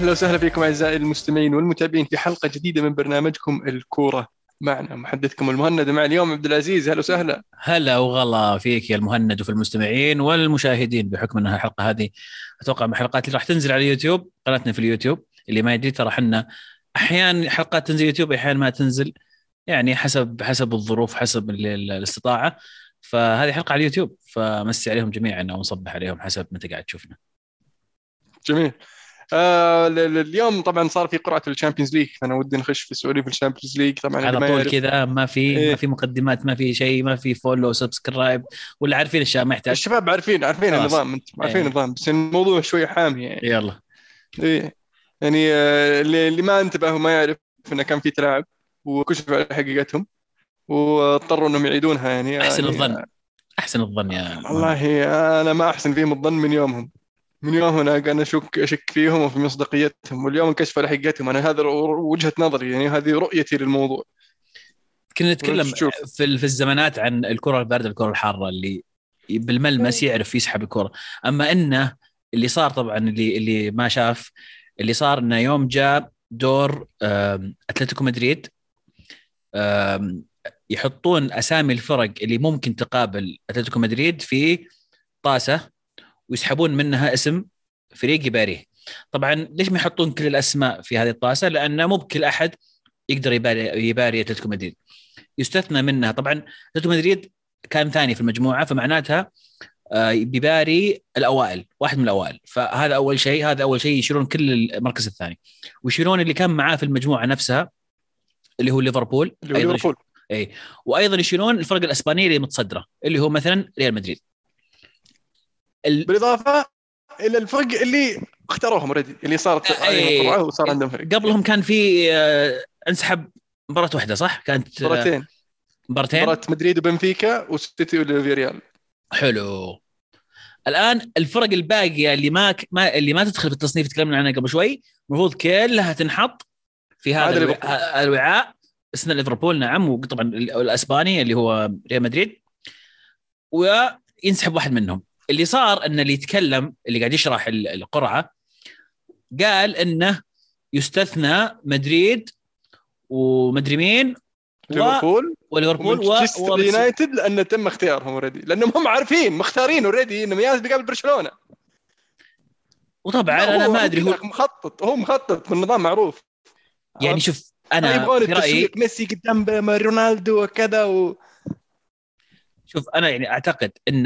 أهلا وسهلا فيكم أعزائي المستمعين والمتابعين في حلقة جديدة من برنامجكم الكورة. معنا محدثكم المهند، مع اليوم عبد العزيز. أهلا وسهلا. هلا وغلا فيك يا المهند وفي المستمعين والمشاهدين، بحكم انها الحلقه هذه اتوقع من الحلقات اللي راح تنزل على اليوتيوب، قناتنا في اليوتيوب. اللي ما يدري ترى احنا احيانا حلقات تنزل يوتيوب، احيانا ما تنزل، يعني حسب الظروف، حسب الاستطاعه. فهذه حلقه على اليوتيوب، فمسي عليهم جميعا او نصبح عليهم حسب متى قاعد تشوفنا. جميل. اليوم طبعا صار في قرعة الشامبيونز ليج، فأنا ودي نخش في السعودية في الشامبيونز ليج. طبعا اللي على ما طول يعرف كذا، ما في إيه، مقدمات، ما في شيء، ما في فولو سبسكرايب، ولا عارفين الاشياء ما يحتاج. الشباب عارفين خلاص. النظام، أنتم عارفين إيه. النظام، بس الموضوع شوي حامي يعني. يلا. إيه. يعني اللي ما انتبه وما يعرف إنه كان في تلاعب وكشف على حقيقتهم واضطروا إنهم يعيدونها يعني احسن يعني الظن، احسن الظن يا مهند. والله أنا ما أحسن فيهم الظن من يومهم. من يوم هنا أنا أشك فيهم وفي مصداقيتهم، واليوم انكشف على حقيقتهم. أنا هذا وجهة نظري، يعني هذه رؤيتي للموضوع. كنا ولا أنت نتكلم تشوف؟ في الزمانات عن الكرة الباردة، الكرة الحارة اللي بالملمس يعرف يسحب الكرة. أما إنه اللي صار طبعا، اللي ما شاف اللي صار، إنه يوم جاء دور أتلتيكو مدريد، يحطون أسامي الفرق اللي ممكن تقابل أتلتيكو مدريد في طاسة، ويسحبون منها اسم فريق يباريه. طبعا ليش ما يحطون كل الأسماء في هذه الطاسة؟ لأنه مو بكل أحد يقدر يباري أتلتيكو مدريد. يستثنى منها طبعا اتلتيكو مدريد كان ثاني في المجموعه، فمعناتها بيباري الاوائل، واحد من الاوائل. فهذا اول شيء، يشيلون كل المركز الثاني، ويشيلون اللي كان معاه في المجموعه نفسها اللي هو ليفربول اللي هو ايضا ليفربول. اي. وايضا يشيلون الفرق الاسبانيه اللي متصدره، اللي هو مثلا ريال مدريد. ال... بالإضافة إلى الفرق اللي اختاروهم اوريدي، اللي صارت عليهم اي. القرعة وصار عندهم فريق. قبلهم كان في انسحب مباراه واحده، صح؟ كانت مباراتين. مباراتين. مباراة مدريد وبنفيكا والسيتي والفيريال. حلو. الان الفرق الباقيه اللي ما تدخل في التصنيف اللي تكلمنا عنها قبل شوي، المفروض كلها تنحط في ما هذا عدا ليفربول. الوعاء. استثناء ليفربول نعم، وطبعا الاسباني اللي هو ريال مدريد، وينسحب واحد منهم. اللي صار ان اللي يتكلم، اللي قاعد يشرح القرعه، قال انه يستثنى مدريد ومدري مين ليفربول وليفربول ومانشستر يونايتد، لأن تم اختيارهم اوريدي، لأنهم هم عارفين مختارين اوريدي إنهم ياس بيقابل برشلونة. وطبعا لا، انا ما هو ادري. كذا مخطط، هو مخطط بالنظام معروف. يعني شوف، ما انا يبغون في التسويق، رايي، ميسي قدام رونالدو وكذا شوف انا يعني اعتقد ان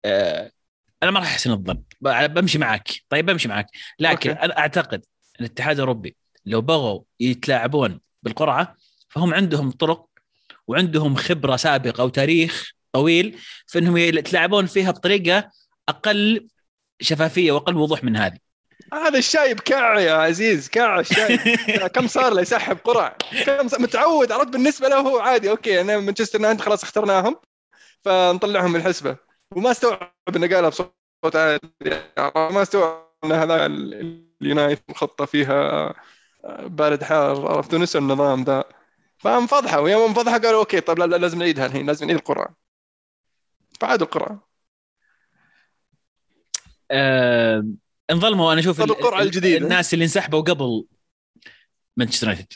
انا ما راح احسن الظن، بمشي معك. طيب بمشي معك، لكن اوكي. انا اعتقد ان الاتحاد الاوروبي لو بغوا يتلاعبون بالقرعه، فهم عندهم طرق وعندهم خبره سابقه وتاريخ طويل في انهم يتلاعبون فيها بطريقه اقل شفافيه واقل وضوح من هذه. هذا الشايب كع يا عزيز، كع الشايب. كم صار له يسحب قرع؟ متعود، عرفت؟ بالنسبه له هو عادي. اوكي، انا مانشستر يونايتد خلاص اخترناهم، فنطلعهم من الحسبه. وما استوعب انه قالها بصوت عالي. يعني ما استوعب ان هذا اليونايتد الخطه فيها بارد حار، عرفت؟ نسوا النظام ذا. فانفضحوا، ويوم انفضحوا قالوا اوكي طيب لا لازم نعيدها الحين، لازم نعيد القرعه. فعادوا القرعه. آه انظلموا. انا اشوف طب القرعه الجديده الناس اللي انسحبوا قبل مانشستر يونايتد،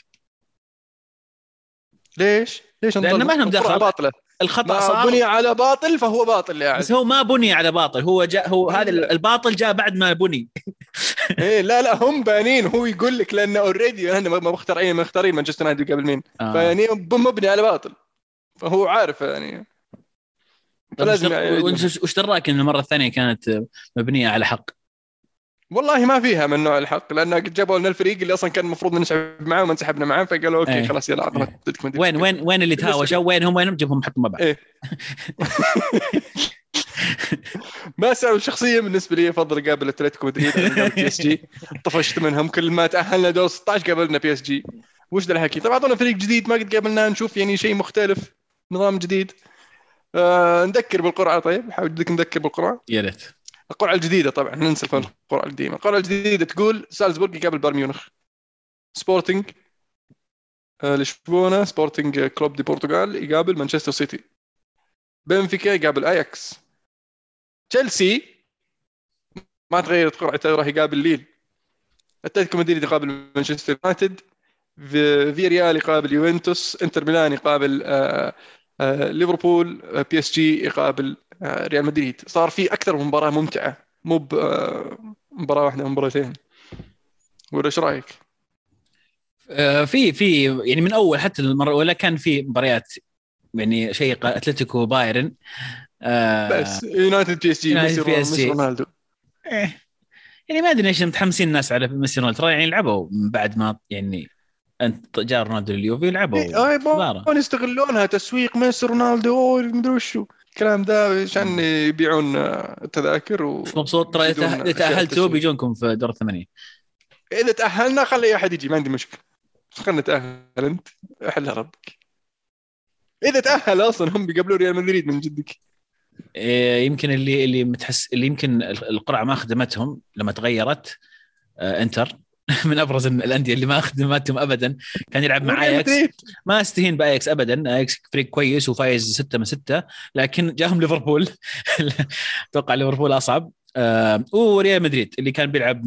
ليش لان انظلموا؟ ما لهم القرعه دخل. باطله. الخطا ما بني صار، على باطل فهو باطل يا بس هو عزيز. ما بني على باطل، هو جاء، هو هذا لا الباطل جاء بعد ما بني. إيه، لا هم بانين. هو يقول لك لانه اوريدي احنا ما مختارين مانشستر يونايتد قبل مين. اه. فيعني مبني على باطل، فهو عارف يعني. طب فلازم يعيدونها. وش دراك ان المره الثانيه كانت مبنيه على حق؟ والله ما فيها من نوع الحق، لان قد جابوا لنا الفريق اللي اصلا كان المفروض نسحب معاه وما انسحبنا معاه، فقالوا اوكي ايه. خلاص يلا عطنا إيه. ضدكم وين اللي بالنسبه تهاوشوا؟ لي وين جبهم حطوا مع بعض؟ ايه. ما سأل شخصيا بالنسبه لي افضل اقابل اتلتيكو مدريد عن اقابل بي اس جي. طفشت منهم كل ما تاهلنا دور 16 قابلنا بي اس جي. وش ذا الحكي؟ طبعا اعطونا فريق جديد ما قد قابلناه، نشوف يعني شيء مختلف، نظام جديد. نذكر بالقرعه. طيب حاول بدك نذكر بالقرعه. يا ريت. القرعه الجديده طبعا ننسى القرعه القديمه. القرعه الجديده تقول سالزبورغ يقابل بايرن ميونخ، سبورتنج لشبونه، سبورتنج كلوب دي بورتغال يقابل مانشستر سيتي، بنفيكا يقابل اياكس، تشيلسي ما تغيرت قرعته راح يقابل ليل، اتلتيكو مدريد يقابل مانشستر يونايتد، في ريال يقابل يوفنتوس، انتر ميلان يقابل ليفربول، بي اس جي يقابل ريال مدريد. صار في اكثر من مباراه ممتعه، مو مباراه واحده، مباراتين. ولا ايش رايك؟ في يعني من اول حتى المره الاولى كان في مباريات يعني شيقه، اتلتيكو بايرن، بس يونايتد بي اس جي، يونايتد بي اس ميسي جي. رونالدو. يعني ما ادري ليش متحمسين الناس على ميسي رونالدو، ترى يعني لعبوا من بعد ما يعني انت جاء رونالدو لليوفي لعبوا مباراه. يبغون يستغلونها تسويق ميسي رونالدو، مدري وشو الكلام ده، عشان يبيعون تذاكر مش مبسوط ترى؟ ويزيدون اذا اشياء تاهلتوا تسويق. بيجونكم في دور الثمانيه. اذا تاهلنا خلي اي احد يجي، ما عندي مشكله، خلنا نتاهل، انت احلها ربك. اذا تاهل اصلا هم بيقابلوا ريال مدريد من جدك. يمكن اللي متحس اللي يمكن القرعه ما خدمتهم لما تغيرت. انتر من ابرز الانديه اللي ما خدمتهم ابدا. كان يلعب مع وريال اياكس. مدريد ما استهين باياكس ابدا، اياكس فريق كويس وفايز 6 من 6، لكن جاهم ليفربول. اتوقع ليفربول اصعب. وريال مدريد اللي كان بيلعب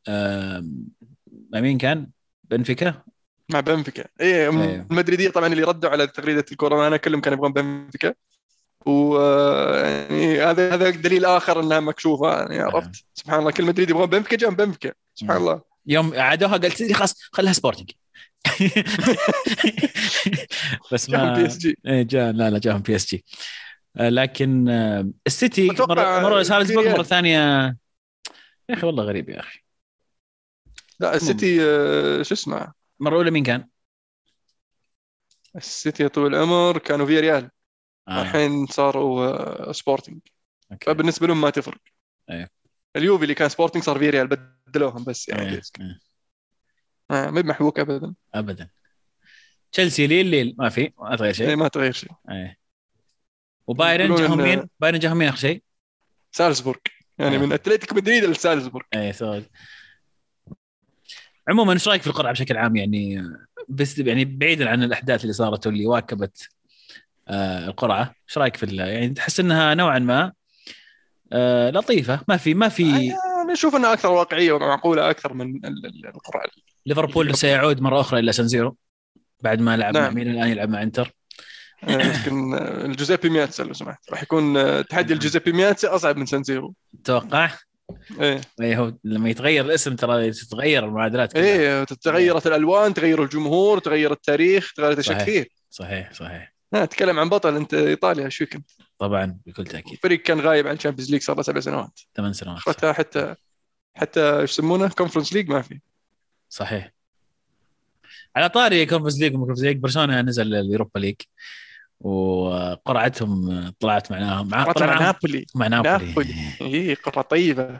مع مين كان؟ بنفيكا. مع بنفيكا. ايه ايوه المدريديه طبعا اللي ردوا على تغريده الكورونا، انا كلهم كانوا يبغون بنفيكا. ويعني هذا دليل اخر انها مكشوفه، يعني عرفت سبحان الله، كل مدريد يبغون بنفيكا، جاهم بنفيكا سبحان الله. يوم عادوها قلت لي خلاص خلها سبورتنج. بس جاهم بي ما اس جي. جاء، لا جاهم بي اس جي. لكن السيتي مره اتوقع في سالزبورغ مره ريال. ثانيه. يا اخي والله غريب يا اخي. لا المهم السيتي شو اسمه، مره اولى مين كان؟ السيتي طول العمر كانوا في ريال، اه الحين صاروا سبورتنج. اوكي. فبالنسبه لهم ما تفرق. ايه اليوفي اللي كان سبورتنج صار في ريال، بدلوهم بس يعني ايه بيسك. ايه ما بمحبوك ابدا. ابدا. تشيلسي ليل ما في، ما تغير إيه، شيء. ما تغير شيء. ايه. وبايرن يقولون جاهم ان مين؟ بايرن جاهم مين اخر شيء؟ سالزبورغ، يعني ايه من اتلتيكو مدريد لسالزبورغ. ايه عموما ايش رايك في القرعه بشكل عام يعني؟ بس يعني بعيدا عن الاحداث اللي صارت واللي واكبت القرعه، ايش رايك في يعني تحس انها نوعا ما لطيفه؟ ما في انا اشوف انها اكثر واقعيه ومعقوله اكثر من القرعه اللي ليفربول قبل. سيعود مره اخرى الى سانزيرو بعد ما لعب مع نعم. مين، الان يلعب مع انتر. لكن الجوزيبي مياتسا لو سمحت راح يكون تحدي الجوزيبي مياتسا اصعب من سانسيرو. تتوقع؟ ايه. اي هو لما يتغير الاسم ترى تتغير المعادلات كلها. ايه صحيح تغيرت الالوان، تغير الجمهور، تغير التاريخ، تغيرت اشياء صحيح كثير. صحيح. تكلم عن بطل انت ايطاليا، شو كنت طبعا بكل تاكيد. فريق كان غايب عن الشامبيونز ليج صار له 7 سنوات. 8 سنوات صح. اخوتها حتى ايش يسمونه كونفرنس ليج ما في. صحيح. على طاري كونفرنس ليج برشلونه نزل اليوروبا ليج، وقرعتهم طلعت معناها قرأت طلع مع معاهم نابولي. مع نابولي. نابولي ايه قرة طيبة.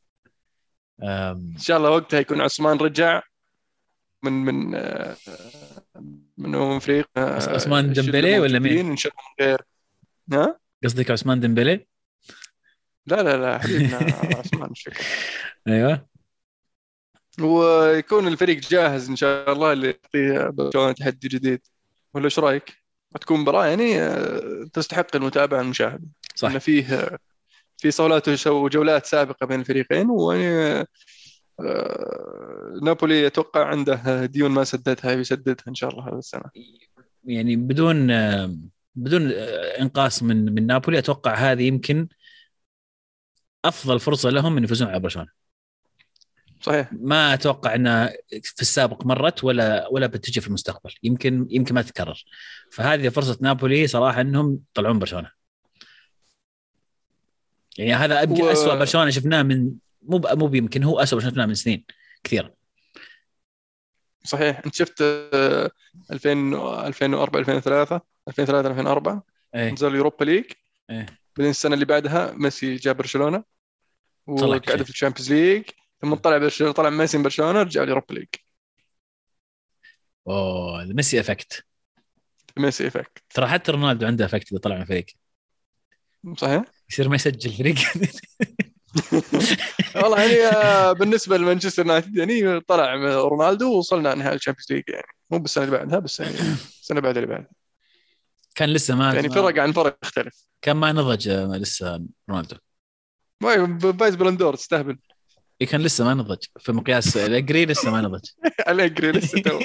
ان أم، شاء الله وقتها يكون عثمان رجع من من فريق عثمان الشلة ديمبلي ولا مين؟ موجودين ان شاء الله من غير. ها. قصدك عثمان ديمبلي؟ لا حبيبنا عثمان الشكر. ايوه ويكون الفريق جاهز ان شاء الله اللي يعطيه برشلونة تحدي جديد. ولا ايش رايك؟ تكون مباراة يعني تستحق المتابعة والمشاهدة. ان صح. فيه في صولات وجولات سابقة بين الفريقين، ويعني نابولي اتوقع عنده ديون ما سددها، بيسددها ان شاء الله هذا السنة. يعني بدون انقاص من نابولي، اتوقع هذه يمكن افضل فرصه لهم ان يفوزون على برشلونه. صحيح. ما اتوقع انها في السابق مرت ولا بتجي في المستقبل، يمكن ما تتكرر. فهذه فرصه نابولي صراحه انهم يطلعون برشلونه. يعني هذا ابقى اسوء وصحيح. برشلونه شفناه من مو يمكن هو اسوء برشلونه شفناه من سنين كثير. انت شفت 2000 2004 2003 2004 ايه نزل اليوروبا ليج. ايه بعدين السنة اللي بعدها ميسي جاب برشلونة صلح كل وقعدوا شيء. في الشامبيونز ليج. ثم طلع برشلونة، طلع ميسي من برشلونة، رجع اليوروبا ليج. اوه ميسي افكت. ميسي افكت. ترى حتى رونالدو عنده افكت اذا طلع من الفريق صحيح. يصير ما يسجل فريق. والله يعني بالنسبه لمانشستر يونايتد يعني طلع رونالدو ووصلنا نهائي الشامبيونز ليج، يعني مو بالسنه اللي بعدها بس يعني السنه بعد اللي بعدها. كان لسه ما يعني فرق عن فرق يختلف. كان ما نضج لسه رونالدو. فايز بلندور تستهبل. كان لسه ما نضج في مقياس الأجري، لسه ما نضج. أليجري لسه تو.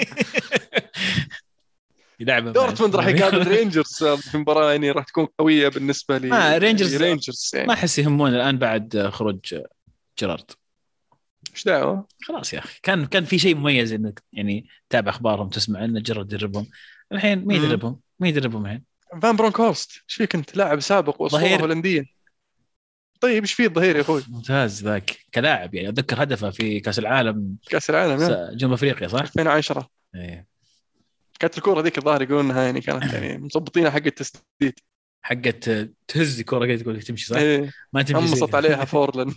يلعبها مع دورتموند راح يقابل رينجرز في مباراة يعني راح تكون قوية بالنسبة ما رينجرز لرينجرز ما يعني. أحس يهمون الآن بعد خروج جيرارد. ايش دعوة؟ خلاص يا أخي، كان في شيء مميز إنك يعني تتابع أخبارهم، تسمع إن جيرارد يدربهم. الحين مين يدربهم الحين؟ فان برونكهورست، ايش فيك انت؟ لاعب سابق واسطورة ظهير. هولندية. طيب ايش فيه الظهير يا اخوي؟ أوف ممتاز ذاك كلاعب، يعني أتذكر هدفه في كأس العالم كأس العالم يعني جنوب أفريقيا صح؟ 2010. إيه. كانت الكورة ذيك الظاهر يقولون انها يعني كانت يعني مظبطينها حق التسديد. حقت تهز كورة كذا تقول تمشي صح؟ ايه، ما تمشي زي حمصت عليها فورلان.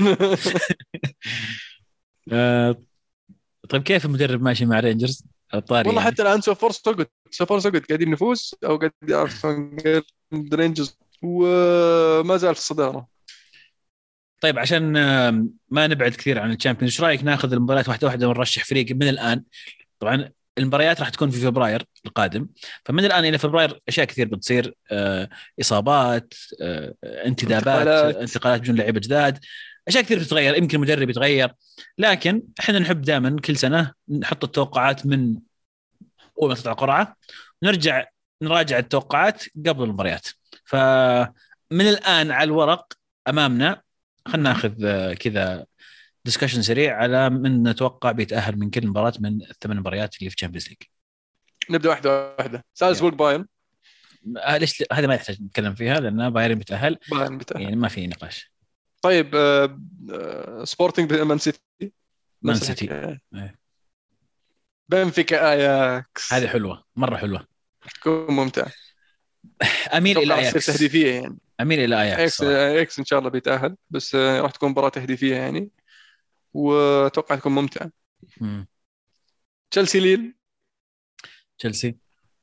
آه، طيب كيف المدرب ماشي مع رينجرز الطاري والله يعني؟ حتى الان سوفر سوقت قاعدين نفوز او قاعد يعرف رينجرز وما زال في الصدارة. طيب عشان ما نبعد كثير عن الشامبيونز، ايش رايك ناخذ المباريات واحده واحده ونرشح فريق من الان؟ طبعا المباريات راح تكون في فبراير القادم، فمن الان الى فبراير اشياء كثير بتصير، اصابات، انتدابات، انتقالات. انتقالات بدون لعيبه جداد، اشياء كثير بتتغير، يمكن المدرب يتغير. لكن احنا نحب دائما كل سنه نحط التوقعات من اول ما تطلع قرعه، ونرجع نراجع التوقعات قبل المباريات. فمن الان على الورق امامنا، خلينا ناخذ كذا ديسكشن سريع على من نتوقع بيتاهل من كل مباراه من الثمان مباريات اللي في تشامبيونز ليج. نبدا واحده واحده. سالزبورغ بايرن. ليش هذا ما يحتاج نتكلم فيها لان بايرن بيتاهل، بايرن بتاهل. يعني ما في نقاش. طيب سبورتنج مان سيتي. مان نفس سيتي. الحكايه. إيه. بنفيكا اياكس. هذه حلوه، مره حلوه. تكون ممتع. اميل الى اتوقع راح تصير اياكس. تهديفيه يعني. اميل الى اياكس اكس صراحه. اكس ان شاء الله بيتاهل، بس راح تكون مباراه تهديفيه يعني، واتوقع تكون ممتعه. مم. تشيلسي ليل. تشيلسي.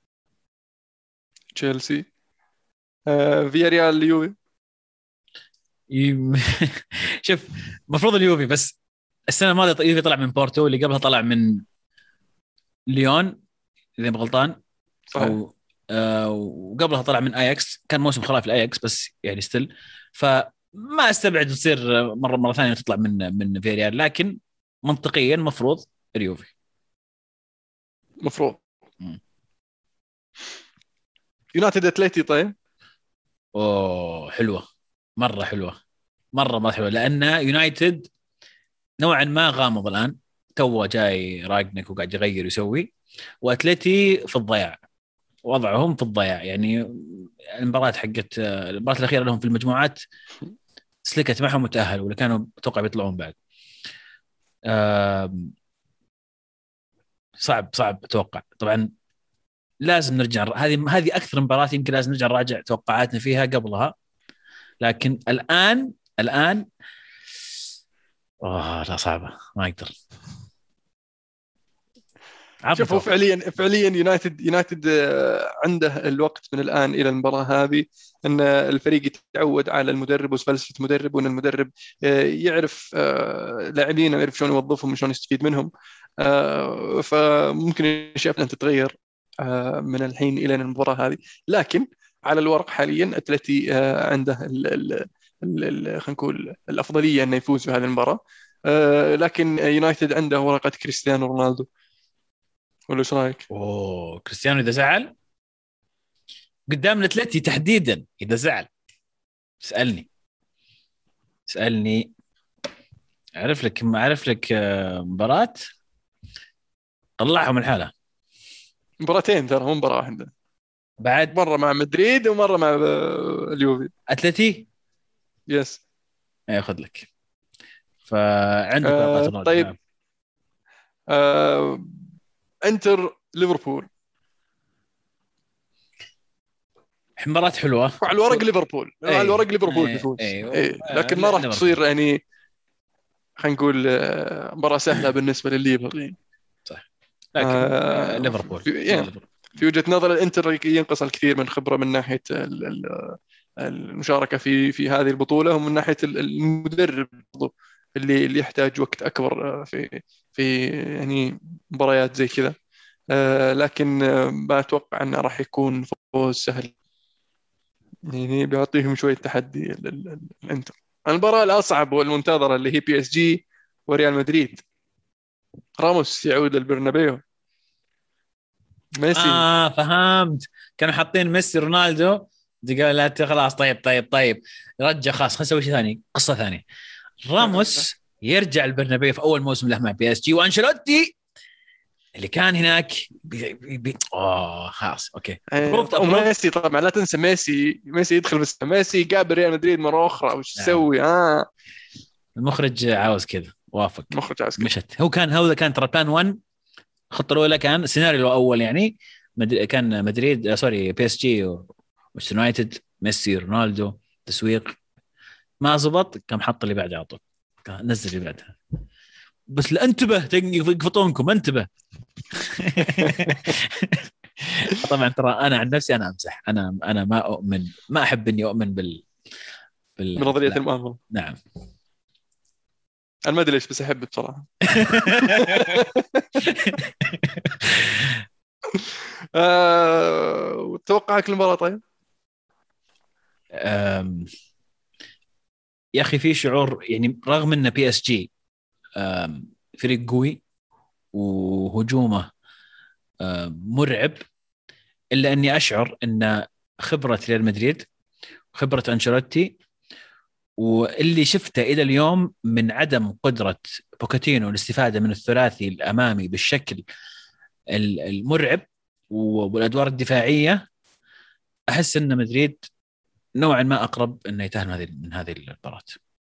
تشيلسي. فيا ريال اليوفي. يم- شوف، المفروض اليوفي، بس السنه الماضيه اليوفي طلع من بورتو، اللي قبلها طلع من ليون اذا ما غلطان، صحيح. او وقبلها طلع من اياكس، كان موسم خرافي الاياكس بس يعني ستيل. فما استبعد تصير مره ثانيه تطلع من فيريال، لكن منطقيا مفروض اليوفي. مفروض. مم. يونايتد اتلتي طيب. اوه حلوه، مره حلوه، مره حلوه، لان يونايتد نوعا ما غامض الان، تو جاي راجنك وقاعد يغير ويسوي، واتلتي في الضياع، وضعهم في الضياع يعني. المباراة الأخيرة لهم في المجموعات سلكت معهم وتأهلوا، ولا كانوا اتوقع بيطلعون بعد. آم، صعب اتوقع طبعا. لازم نرجع، هذه اكثر مباراة يمكن لازم نرجع نراجع توقعاتنا فيها قبلها. لكن الان لا صعبة، ما اقدر. عطني شوفوا، توقع. فعليا يونايتد عنده الوقت من الان الى المباراه هذه ان الفريق يتعود على المدرب وفلسفه المدرب، وان المدرب يعرف لاعبين ويعرف شلون يوظفهم وشلون يستفيد منهم. فممكن الاشياء ان تتغير من الحين الى المباراه هذه. لكن على الورق حاليا اتلتي عنده خلينا نقول الافضليه انه يفوز في هذه المباراه. لكن يونايتد عنده ورقه كريستيانو رونالدو. ولا ايش رايك؟ اوه كريستيانو اذا زعل قدام الاتلتي تحديدا، اذا زعل اسالني. اعرف لك مباراة طلعهم الحالة مباراتين ترى، مو مباراه واحده. بعد. مره مع مدريد ومره مع اليوفي. اتلتي يس. ياخذ لك، فعندك ورقات رونالدو طيب. نعم. آه انتر ليفربول. مباراة حلوة. وعلى الورق ليفربول، على الورق اي ليفربول اي بيفوز، اي ايه، لكن ما راح ليفربول تصير يعني خلينا نقول مباراه سهله بالنسبه للليفر يعني. صح، لكن ليفربول في لا يعني ليفربول. في وجهه نظر الانتر ينقص الكثير من خبره من ناحيه المشاركه في هذه البطوله، ومن ناحيه المدرب برضو اللي يحتاج وقت اكبر في يعني مباريات زي كذا. لكن ما اتوقع انه راح يكون فوز سهل، يعني بيعطيهم شويه تحدي الانتر. المباراه الاصعب والمنتظره اللي هي بي اس جي وريال مدريد. راموس يعود للبرنابيو. ميسي. فهمت. كانوا حاطين ميسي رونالدو، دي قال لا خلاص، طيب رجع خلاص، خلينا نسوي شيء ثاني، قصه ثانيه. راموس يرجع البرنابيو في اول موسم له مع بي اس جي، وانشيلوتي اللي كان هناك خلاص اوكي، ابروفد. وميسي طبعا لا تنسى ميسي يدخل، بس ميسي قابل ريال مدريد مره اخرى، وش نعم. تسوي؟ المخرج عاوز كذا، وافق. مخرج عسكري. مشت. هو كان ترى بلان 1، الخطه الاولى كان السيناريو الاول يعني كان مدريد سوري بي اس جي ومانشستر يونايتد، ميسي رونالدو، تسويق ما زبط، كم حط اللي بعده، اعطوه نزل اللي بعدها، بس لا انتبه يقفطونكم انتبه. طبعا ترى انا عن نفسي انا امزح، انا ما اؤمن، ما احب اني اؤمن بنظريه لا. المؤامره. نعم. انا ما ادري ليش بس احب بصراحه. وتوقعك المباراه طيب؟ أم، يا اخي في شعور يعني، رغم ان بي اس جي فريق قوي وهجومه مرعب، الا اني اشعر ان خبره ريال مدريد، خبره انشيلوتي، واللي شفته الى اليوم من عدم قدره بوكاتينو الاستفاده من الثلاثي الامامي بالشكل المرعب والادوار الدفاعيه، احس ان مدريد نوعا ما اقرب انه يتاهل من هذه المباراه.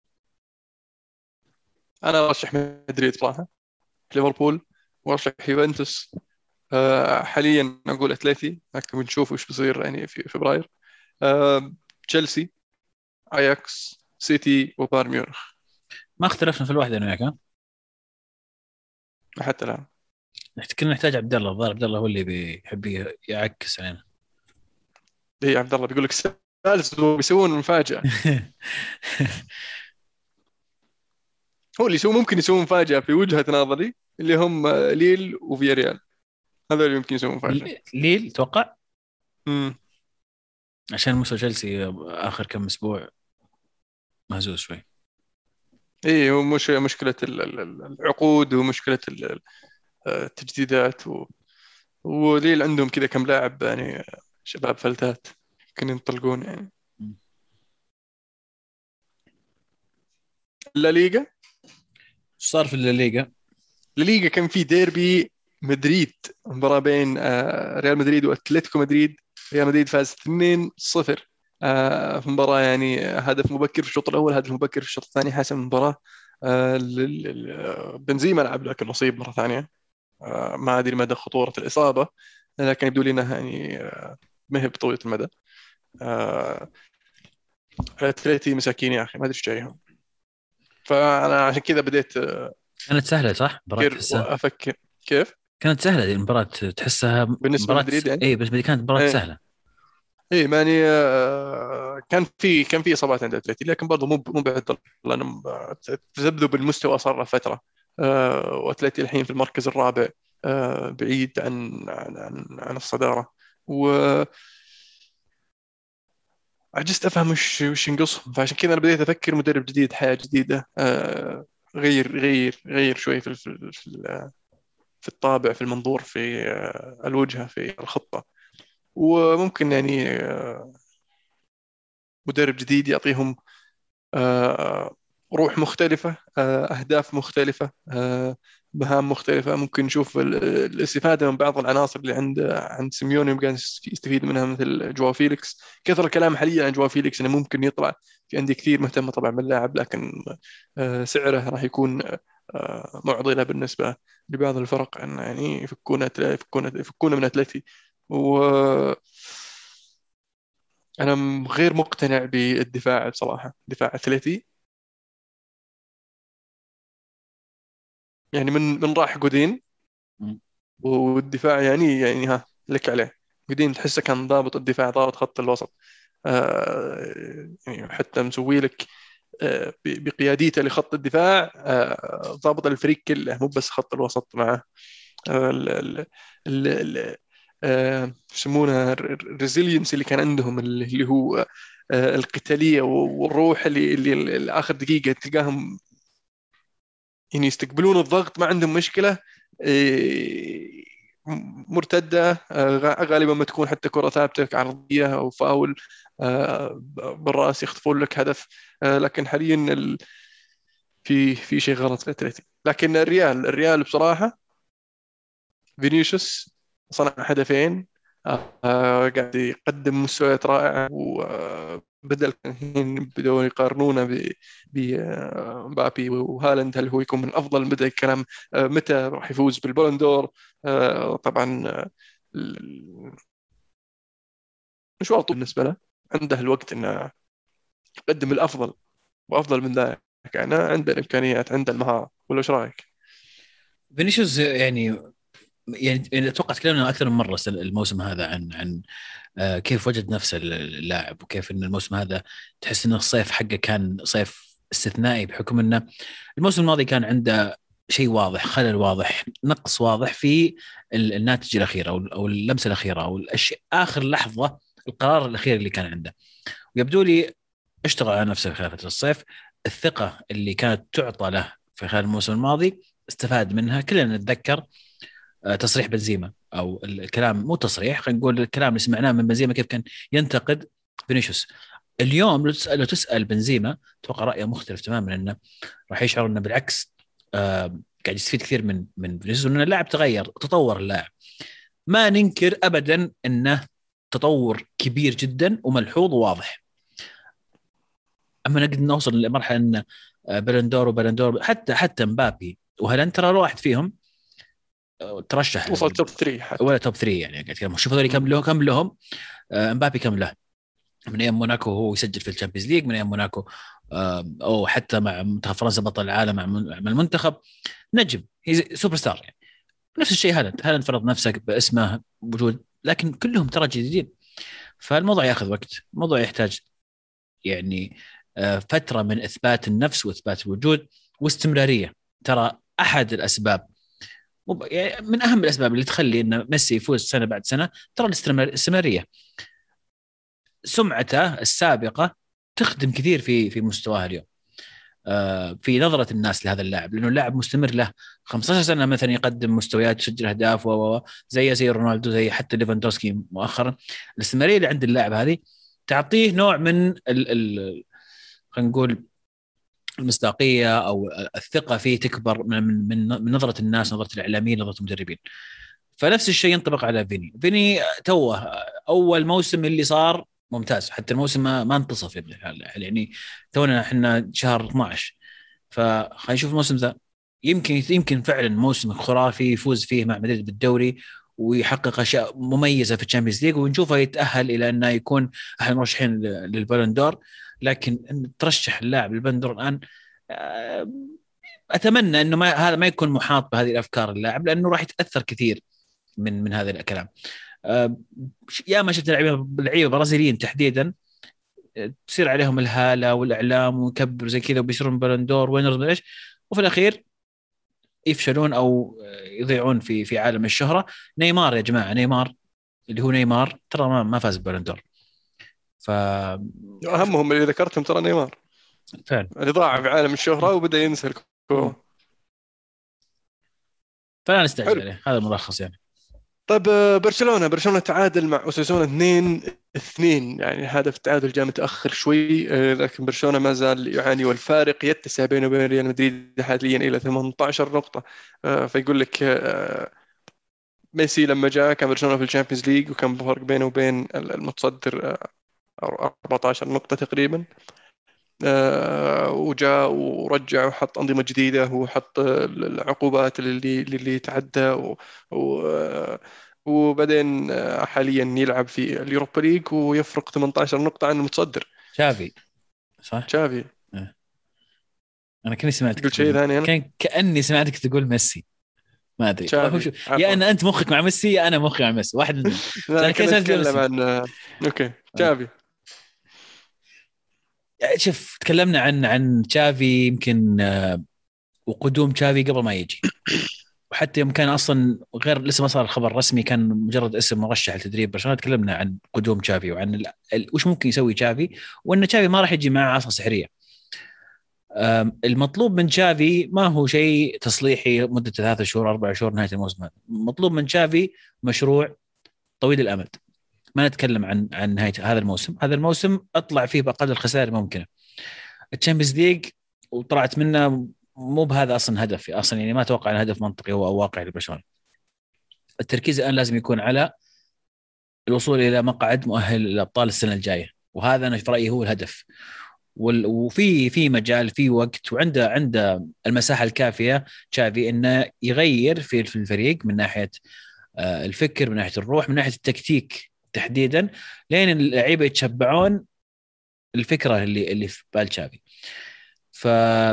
انا ارشح مدريد صراحه، ليفربول، وارشح يوفنتوس. حاليا اقول اتلتي، لكن بنشوف وش بيصير يعني في فبراير. تشيلسي، اياكس، سيتي، وبايرن ميونخ. ما اختلفنا في الواحده انا وياك، ها؟ حتى الان. كنا نحتاج عبد الله، الظاهر عبد الله هو اللي بيحب يعكس علينا. ايه عبد الله بيقول لك سادس وبيسوون مفاجاه. هو اللي ممكن يسوون مفاجاه في وجهه نظري، اللي هم ليل وفياريال، هذول اللي يمكن يسوون مفاجاه. ليل توقع، امم عشان مستوى تشيلسي اخر كم اسبوع مهزوز شوي. ايه هو مش مشكله العقود، ومشكله التجديدات وليل عندهم كذا كم لاعب يعني، شباب فلتات يمكن ينطلقون يعني. لا ليغا. ايش صار في الليغا؟ الليغا كان في ديربي مدريد، مباراة بين ريال مدريد واتلتيكو مدريد. ريال مدريد فاز 2-0 في مباراة يعني، هدف مبكر في الشوط الأول، هدف مبكر في الشوط الثاني حسم المباراة. بنزيما لعب لكن أصيب مرة ثانية. ما أدري مدى خطورة الإصابة، لكن يبدو لي أنها يعني ما هي بطولة المدى. آه، اتلتي مساكين يا أخي، ما أدري إيش جايهم. فأنا عشان كذا بديت كانت سهله صح المباراه أفكر تحسها؟ وأفكر كيف. كانت سهله دي المباراه، تحسها بالنسبة مباراه لمدريد يعني. اي، بس كانت مباراه إيه. سهله. ايه ماني كان في اصابات عند اتلتي، لكن برضه مو بعد، لانهم تذبذب بالمستوى صار له فتره. واتلتي الحين في المركز الرابع، بعيد عن الصداره. وعجزت افهم وش ينقصهم، فعشان كذا انا بديت افكر مدرب جديد، حياه جديده، غير شوي في الطابع، في المنظور، في الوجهه، في الخطه. وممكن يعني مدرب جديد يعطيهم روح مختلفة، أهداف مختلفة، مهام مختلفة. ممكن نشوف الاستفادة من بعض العناصر اللي عند سيميوني يمكن يستفيد منها، مثل جواو فيليكس. كثر الكلام حاليا عن جواو فيليكس أنه ممكن يطلع، في أندية كثير مهتمة طبعا باللاعب، لكن سعره راح يكون معضلة بالنسبة لبعض الفرق، أن يعني يفكون من أتلتي. و أنا غير مقتنع بالدفاع بصراحة، دفاع أتلتي يعني من راح جودين، مم. والدفاع يعني ها لك عليه. جودين تحسه كان ضابط الدفاع، ضابط خط الوسط. يعني حتى مسوي لك بقياديته لخط الدفاع، ضابط الفريق كله، مو بس خط الوسط معه. يسمونها الريزيلينس اللي كان عندهم، اللي هو القتالية والروح اللي آخر دقيقة تلقاهم يعني يستقبلون الضغط ما عندهم مشكلة. مرتدة، غالبا ما تكون حتى كرة ثابتة عرضية أو فاول بالرأس يخطفون لك هدف. لكن حاليا في شيء غلط في أتلتيكو. لكن الريال بصراحة فينيسيوس صنع هدفين، قاعد يقدم مستويات رائعة. وبدل الحين بدون يقارنونه بمبابي وهالاند، هل هو يكون من أفضل؟ بدأ الكلام متى راح يفوز بالبالندور. طبعا مشوار طويل بالنسبة له، عنده الوقت إنه يقدم الأفضل وأفضل من ذلك. يعني عنده الإمكانيات، عنده المهارة، ولا إيش رأيك؟ فينيسيوس يعني اتوقع تكلمنا اكثر من مره الموسم هذا عن كيف وجد نفسه اللاعب، وكيف ان الموسم هذا تحس ان الصيف حقه كان صيف استثنائي، بحكم انه الموسم الماضي كان عنده شيء واضح، خلل واضح، نقص واضح في الناتج الاخير او اللمسه الاخيره او اخر لحظه، القرار الاخير اللي كان عنده. ويبدو لي اشتغل على نفسه خلال فتره الصيف. الثقه اللي كانت تعطى له في خلال الموسم الماضي استفاد منها. كلنا نتذكر تصريح بنزيما، او الكلام، مو تصريح، خلينا نقول الكلام اللي سمعناه من بنزيما كيف كان ينتقد فينيسيوس. اليوم لو تسال بنزيما اتوقع رايه مختلف تماما، انه راح يشعر انه بالعكس قاعد يستفيد كثير من فينيسيوس، وان اللاعب تغير، تطور اللاعب. ما ننكر ابدا انه تطور كبير جدا وملحوظ وواضح. اما نقدر نوصل لمرحله ان بلندور حتى مبابي وهل ترى واحد فيهم ترشح وصل توب 3 حتى. ولا توب 3 يعني. قاعد شوف هذول كم لهم. مبابي كم له من ايام موناكو هو يسجل في الشامبيونز ليج، من ايام موناكو او حتى مع منتخب فرنسا بطل العالم مع المنتخب، نجم، هي سوبر ستار يعني. نفس الشيء هالاند فرض نفسه باسمه وجود، لكن كلهم ترى جديدين. فالموضوع ياخذ وقت، الموضوع يحتاج يعني فتره من اثبات النفس واثبات الوجود واستمراريه. ترى احد الاسباب، يعني من اهم الاسباب اللي تخلي ان ميسي يفوز سنه بعد سنه، ترى الاستمراريه. سمعته السابقه تخدم كثير في مستواه اليوم، في نظره الناس لهذا اللاعب، لانه اللاعب مستمر له 15 سنه مثلا يقدم مستويات، يسجل اهداف زي رونالدو، زي حتى ليفاندوسكي مؤخرا. الاستمراريه اللي عند اللاعب هذه تعطيه نوع من خلينا نقول المصداقيه او الثقه فيه تكبر من نظره الناس، نظره الاعلاميين، نظره المدربين. فنفس الشيء ينطبق على فيني توه اول موسم اللي صار ممتاز، حتى الموسم ما انتصف يعني تونا احنا شهر 12. فخلينا نشوف الموسم ذا، يمكن فعلا موسم خرافي يفوز فيه مع مدريد بالدوري ويحقق اشياء مميزه في الشامبيونز ليج، ونشوفه يتاهل الى انه يكون احد المرشحين للبالون. لكن ان ترشح اللاعب للبالون الان، اتمنى انه هذا ما يكون محاط بهذه الافكار اللاعب، لانه راح يتاثر كثير من هذا الكلام. يا ما شفت لعيبه برازيليين تحديدا تصير عليهم الهاله والاعلام ويكبر زي كذا وبيصيرون بلندور وينرز من ايش، وفي الاخير يفشلون او يضيعون في عالم الشهره. نيمار يا جماعه، نيمار اللي هو نيمار ترى ما فاز ببلندور. ف اهمهم اللي ذكرتهم ترى نيمار فعلا اللي ضاع في عالم الشهرة وبدأ ينسى الكورة. فلا نستعجل حلو. عليه، هذا الملخص يعني. طيب برشلونة تعادل مع أوساسونا 2-2. يعني هدف التعادل جاء متأخر شوي، لكن برشلونة ما زال يعاني، والفارق يتسع بينه وبين ريال مدريد حاليا إلى 18 نقطة. فيقول لك ميسي لما جاء كان برشلونة في الشامبيونز ليج وكان بفرق بينه وبين المتصدر 14 نقطة تقريبا. وجاء ورجع وحط أنظمة جديدة وحط العقوبات اللي تعدى وبعدين حاليا يلعب في اليوروبا ليج ويفرق 18 نقطة عن المتصدر شافي صح؟ تشافي. انا كني سمعتك قلت شيء تقول، ثاني أنا. كاني سمعتك تقول ميسي، ما ادري والله. تشافي يا عفوا. ان انت مخك مع ميسي يا انا مخي مع ميسي، واحد منهم. لا انا كيف كنا سمعت تقول نتكلم ميسي. عن اوكي تشافي. شوف تكلمنا عن تشافي يمكن، وقدوم تشافي قبل ما يجي، وحتى يوم كان اصلا غير لسه ما صار الخبر رسمي، كان مجرد اسم مرشح لتدريب برشلونه. تكلمنا عن قدوم تشافي وعن وش ممكن يسوي تشافي، وان تشافي ما راح يجي معه عصا سحريه. المطلوب من تشافي ما هو شيء تصليحي مدة 3 شهور 4 شهور نهاية الموسم. مطلوب من تشافي مشروع طويل الأمد. ما نتكلم عن نهاية هذا الموسم. هذا الموسم أطلع فيه بأقل الخسائر ممكنة. الشامبيونز ليج وطلعت منه مو بهذا أصلا هدفي أصلا، يعني ما أتوقع أن هدف منطقي هو أو واقعي لبرشلونة. التركيز الآن لازم يكون على الوصول إلى مقعد مؤهل للأبطال السنة الجاية، وهذا أنا في رأيي هو الهدف. وفي مجال، في وقت، وعنده المساحه الكافيه تشافي انه يغير في الفريق من ناحيه الفكر، من ناحيه الروح، من ناحيه التكتيك تحديدا، لين اللعيبه يتشبعون الفكره اللي في بال تشافي. ف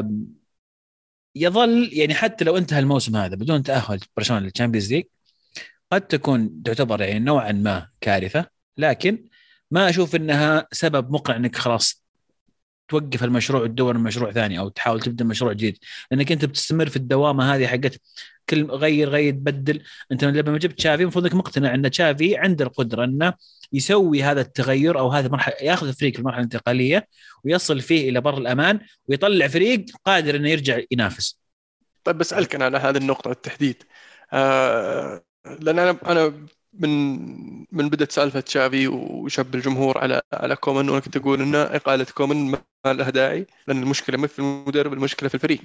يظل يعني حتى لو انتهى الموسم هذا بدون تاهل برشلونه للتشامبيونز ليج قد تكون تعتبر يعني نوعا ما كارثه، لكن ما اشوف انها سبب مقنع انك خلاص توقف المشروع وتدور مشروع ثاني او تحاول تبدا مشروع جديد، لانك انت بتستمر في الدوامه هذه حقت كل غير بدل. انت لما جبت تشافي المفروض انك مقتنع ان تشافي عنده القدره انه يسوي هذا التغير او هذا المرحله، ياخذ الفريق في المرحله الانتقاليه ويصل فيه الى بر الامان ويطلع فريق قادر انه يرجع ينافس. طيب بسألك أنا على هذه النقطة بالتحديد. لأن أنا من بدأت سالفة تشافي وشب الجمهور على كومان، وأنا كنت أقول إن إقالة كومان ما لها داعي، لأن المشكلة ما في المدرب، المشكلة في الفريق.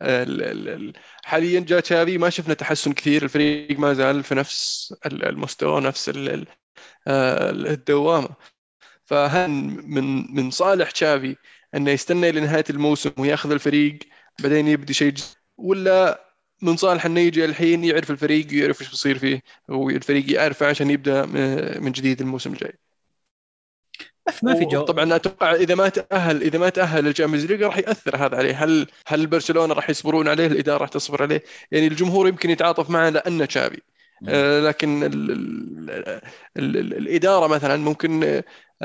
حاليا جاء تشافي ما شفنا تحسن كثير، الفريق ما زال في نفس المستوى، نفس الدوامة. فهل من صالح تشافي انه يستنى لنهايه الموسم وياخذ الفريق بعدين يبدي شيء جديد، ولا من صالح انه يجي الحين يعرف الفريق ويعرف ايش بيصير فيه والفريق يعرفه عشان يبدا من جديد الموسم الجاي؟ ما في جو. وطبعا اتوقع اذا ما تاهل للشامبيونز ليج راح ياثر هذا عليه. هل برشلونه راح يصبرون عليه؟ الاداره راح تصبر عليه؟ يعني الجمهور يمكن يتعاطف معه لانه تشافي، لكن الاداره مثلا ممكن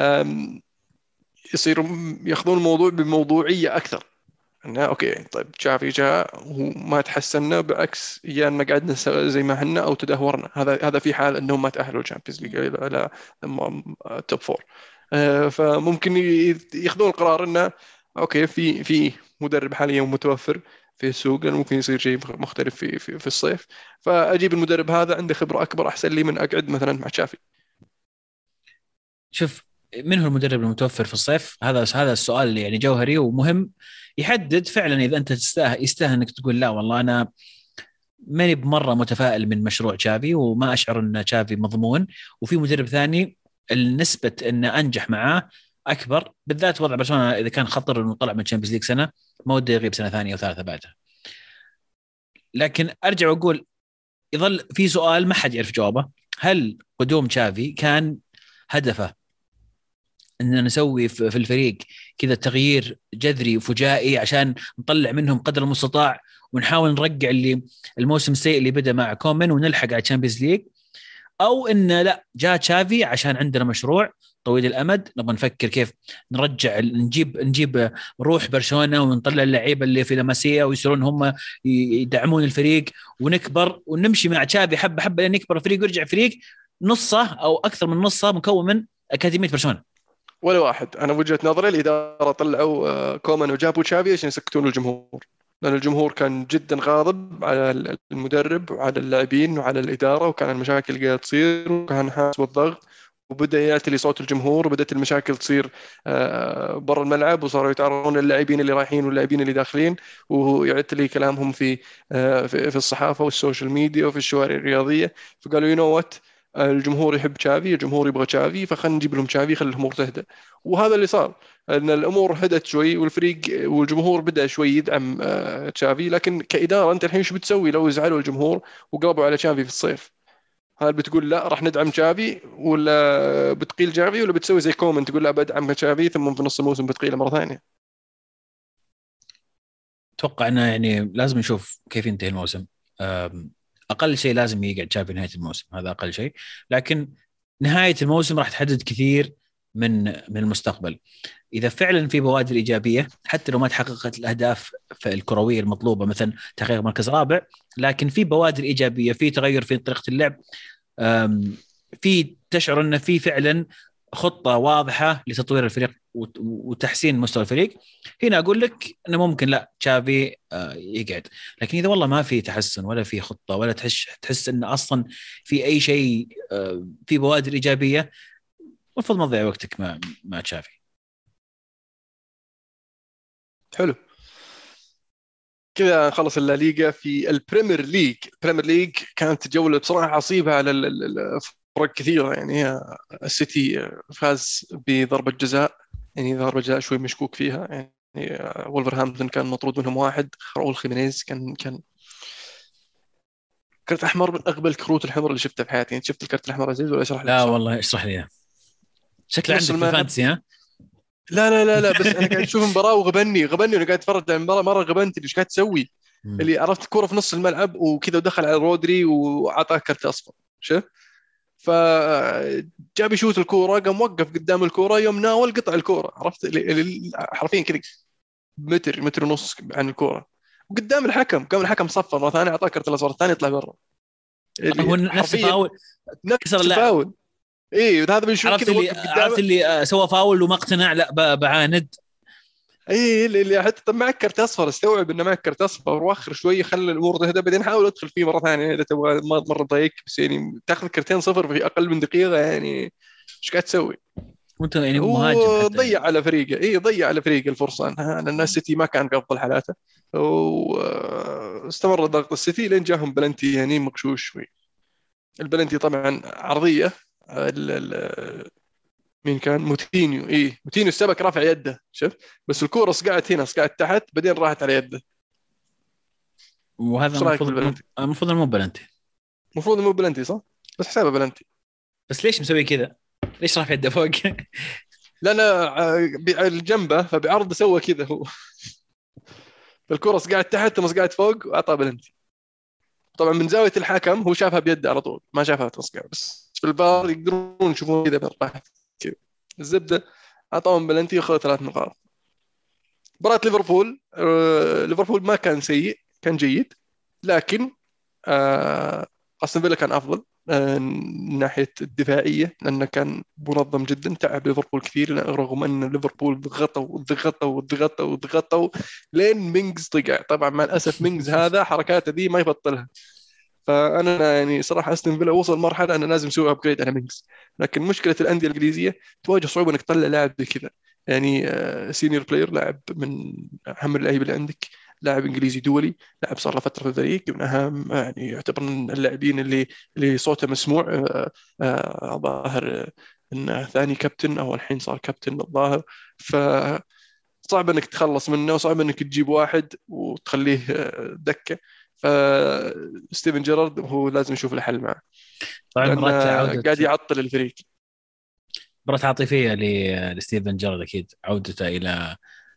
يصير ياخذون الموضوع بموضوعيه اكثر. انه اوكي طيب تشافي جاء وما تحسنا، بالعكس يانا قعدنا زي ما احنا او تدهورنا. هذا في حال انهم ما تاهلوا الشامبيونز ليج لا توب فور. فممكن ياخذون القرار انه اوكي في مدرب حاليا متوفر في السوق، لانه ممكن يصير شيء مختلف في الصيف، فاجيب المدرب هذا عنده خبره اكبر احسن لي من اقعد مثلا مع تشافي. شوف، من هو المدرب المتوفر في الصيف؟ هذا السؤال يعني جوهري ومهم، يحدد فعلا اذا انت يستاهل انك تقول لا والله انا ماني بمره متفائل من مشروع تشافي وما اشعر ان تشافي مضمون، وفي مدرب ثاني النسبه انه انجح معاه اكبر، بالذات وضع برشلونه اذا كان خطر انه طلع من تشامبيونز ليج سنه ما وده يغيب سنه ثانيه او ثالثه بعدها. لكن ارجع واقول يظل في سؤال ما حد يعرف جوابه، هل قدوم تشافي كان هدفه ان نسوي في الفريق كذا تغيير جذري وفجائي عشان نطلع منهم قدر المستطاع ونحاول نرجع اللي الموسم السيء اللي بدا مع كومن ونلحق على تشامبيونز ليج، او ان لا جاء تشافي عشان عندنا مشروع طويل الامد نبغى نفكر كيف نرجع نجيب روح برشلونه ونطلع اللعيبه اللي في لمسيه ويصيرون هم يدعمون الفريق ونكبر ونمشي مع تشافي حبه حبه لين يكبر الفريق ويرجع فريق نصه او اكثر من نصه مكون من اكاديميه برشلونه. ولا واحد. انا وجهة نظري الاداره طلعوا كومان وجابوا تشافي عشان يسكتون الجمهور، لان الجمهور كان جدا غاضب على المدرب وعلى اللاعبين وعلى الاداره، وكان المشاكل قاعده تصير وكان حاسس بالضغط، وبدا يعتلي صوت الجمهور وبدات المشاكل تصير برا الملعب، وصاروا يتعرضون اللاعبين اللي رايحين واللاعبين اللي داخلين، ويعتلي كلامهم في الصحافه والسوشيال ميديا وفي الشوارع الرياضيه. فقالوا يو نو وات، الجمهور يحب تشافي، الجمهور يبغى تشافي، فخلينا نجيب لهم تشافي خلي الامور تهدى. وهذا اللي صار، ان الامور هدت شوي والفريق والجمهور بدا شوي يدعم تشافي. لكن كاداره انت الحين شو بتسوي لو زعلوا الجمهور وقلبوا على تشافي في الصيف؟ هل بتقول لا راح ندعم تشافي، ولا بتقيل تشافي، ولا بتسوي زي كومن تقول لا بدعم تشافي ثم في نص الموسم بتقيله مره ثانيه؟ اتوقع انه يعني لازم نشوف كيف ينتهي الموسم. اقل شيء لازم يقعد تشافي نهايه الموسم، هذا اقل شيء، لكن نهايه الموسم راح تحدد كثير من المستقبل. اذا فعلا في بوادر ايجابيه حتى لو ما تحققت الاهداف الكرويه المطلوبه مثلا تحقيق مركز رابع، لكن في بوادر ايجابيه، في تغير في طريقه اللعب، في تشعر ان في فعلا خطه واضحه لتطوير الفريق وتحسين مستوى الفريق، هنا اقول لك انه ممكن لا تشافي يقعد. لكن اذا والله ما في تحسن ولا في خطه ولا تحس انه اصلا في اي شيء في بوادر ايجابيه، المفروض ما تضيع وقتك مع تشافي. حلو كذا خلص الليغا. في البريمير ليج، البريمير ليج كانت جولة بصراحة عصيبة على الفرق كثيرة. يعني السيتي فاز بضربة جزاء، يعني ضربة جزاء شوي مشكوك فيها. يعني وولفرهامبتون كان مطرود منهم واحد، راؤول خيمينيز كان كرت احمر من اغبى الكروت الحمر اللي شفتها في حياتي. انت شفت الكرت الاحمر عزيز ولا اشرح لك لا بسرعة؟ والله اشرح لي إياه. شكله نص عندك في الملعب. الفانتسي ها؟ لا بس انا قاعد اشوف المباراة وغبني وانا قاعد اتفرج على المباراة، مرة غبنت ايش قاعد تسوي. مم. اللي عرفت كرة في نص الملعب وكذا ودخل على رودري وعطاه كرت اصفر، شوف. فجاب يشوت الكوره، قام وقف قدام الكوره، يوم ناول قطع الكوره، عرفت حرفيا كذا متر ونص عن الكوره وقدام الحكم. قام الحكم صفر مره ثانيه، اعطاه كرت الاصفر الثاني، يطلع برا. هو اللي نفس حرفيا فاول، كسر نفس اللاعب. الفاول. اي هذا بنشوف عرفت كذا اللي وقف قدامه. سوى فاول وما اقتنع، لا بعاند. اي اللي حتى طب معك كرت اصفر، استوعب انه معك كرت اصفر واخر شويه، خلي الامور تهدى، بعدين حاول ادخل فيه مره ثانيه اذا تبغى. مره ضايق بس يعني تاخذ كرتين صفر في اقل من دقيقه، يعني ايش قاعد تسوي؟ وانت يعني مهاجم حتى يعني. وضيع على فريقه، ضيع على فريقه الفرصه، لان السيتي ما كان في افضل حالاته. واستمر ضغط السيتي لين جاهم بلنتي يعني مغشوش شوي. البلنتي طبعا عرضيه. ال- ال- مين كان؟ موتينيو. موتينيو السبك رافع يده، شوف. بس الكوره صقعت هنا، صقعت تحت، بعدين راحت على يده. وهذا ايش رايك في البلنتي؟ المفروض انه مو بلنتي. المفروض انه بلنتي صح، بس حسابه بلنتي. بس ليش مسوي كذا؟ ليش رافع يده فوق؟ لان الجنبه فبعرض سوى كذا هو. فالكوره صقعت تحت ثم صقعت فوق واعطى بلنتي. طبعا من زاويه الحكم هو شافها بيده على طول، ما شافها تصقع، بس في الفار يقدرون يشوفون كذا بالراحه كذا. الزبده اعطاهم بلنتي واخذوا 3 نقاط. مباراه ليفربول، ليفربول ما كان سيء، كان جيد. لكن استون فيلا كان افضل من ناحيه الدفاعيه، لانه كان منظم جدا. تعب ليفربول كثير رغم ان ليفربول ضغطوا لين مينجز طقع. طبعا مع الاسف مينجز هذا حركاته دي ما يبطلها. فانا يعني صراحه استون فيلا وصل مرحله انا لازم اسوي ابجريد على مينجز. لكن مشكله الانديه الانجليزيه تواجه صعوبه انك تطلع لاعب زي كذا. يعني سينيور بلاير، لاعب من اهم اللعيبه اللي عندك، لاعب انجليزي دولي، لاعب صار له فتره في الفريق، من اهم يعني يعتبر من اللاعبين اللي صوته مسموع. ظاهر انه ثاني كابتن او الحين صار كابتن الظاهر. فصعب انك تخلص منه، وصعب انك تجيب واحد وتخليه دكه. فستيفن جيرارد هو لازم يشوف له حل معه، طبعا لانه مباراة عودة، قاعد يعطل الفريق. مباراة عاطفية لستيفن جيرارد اكيد، عودته الى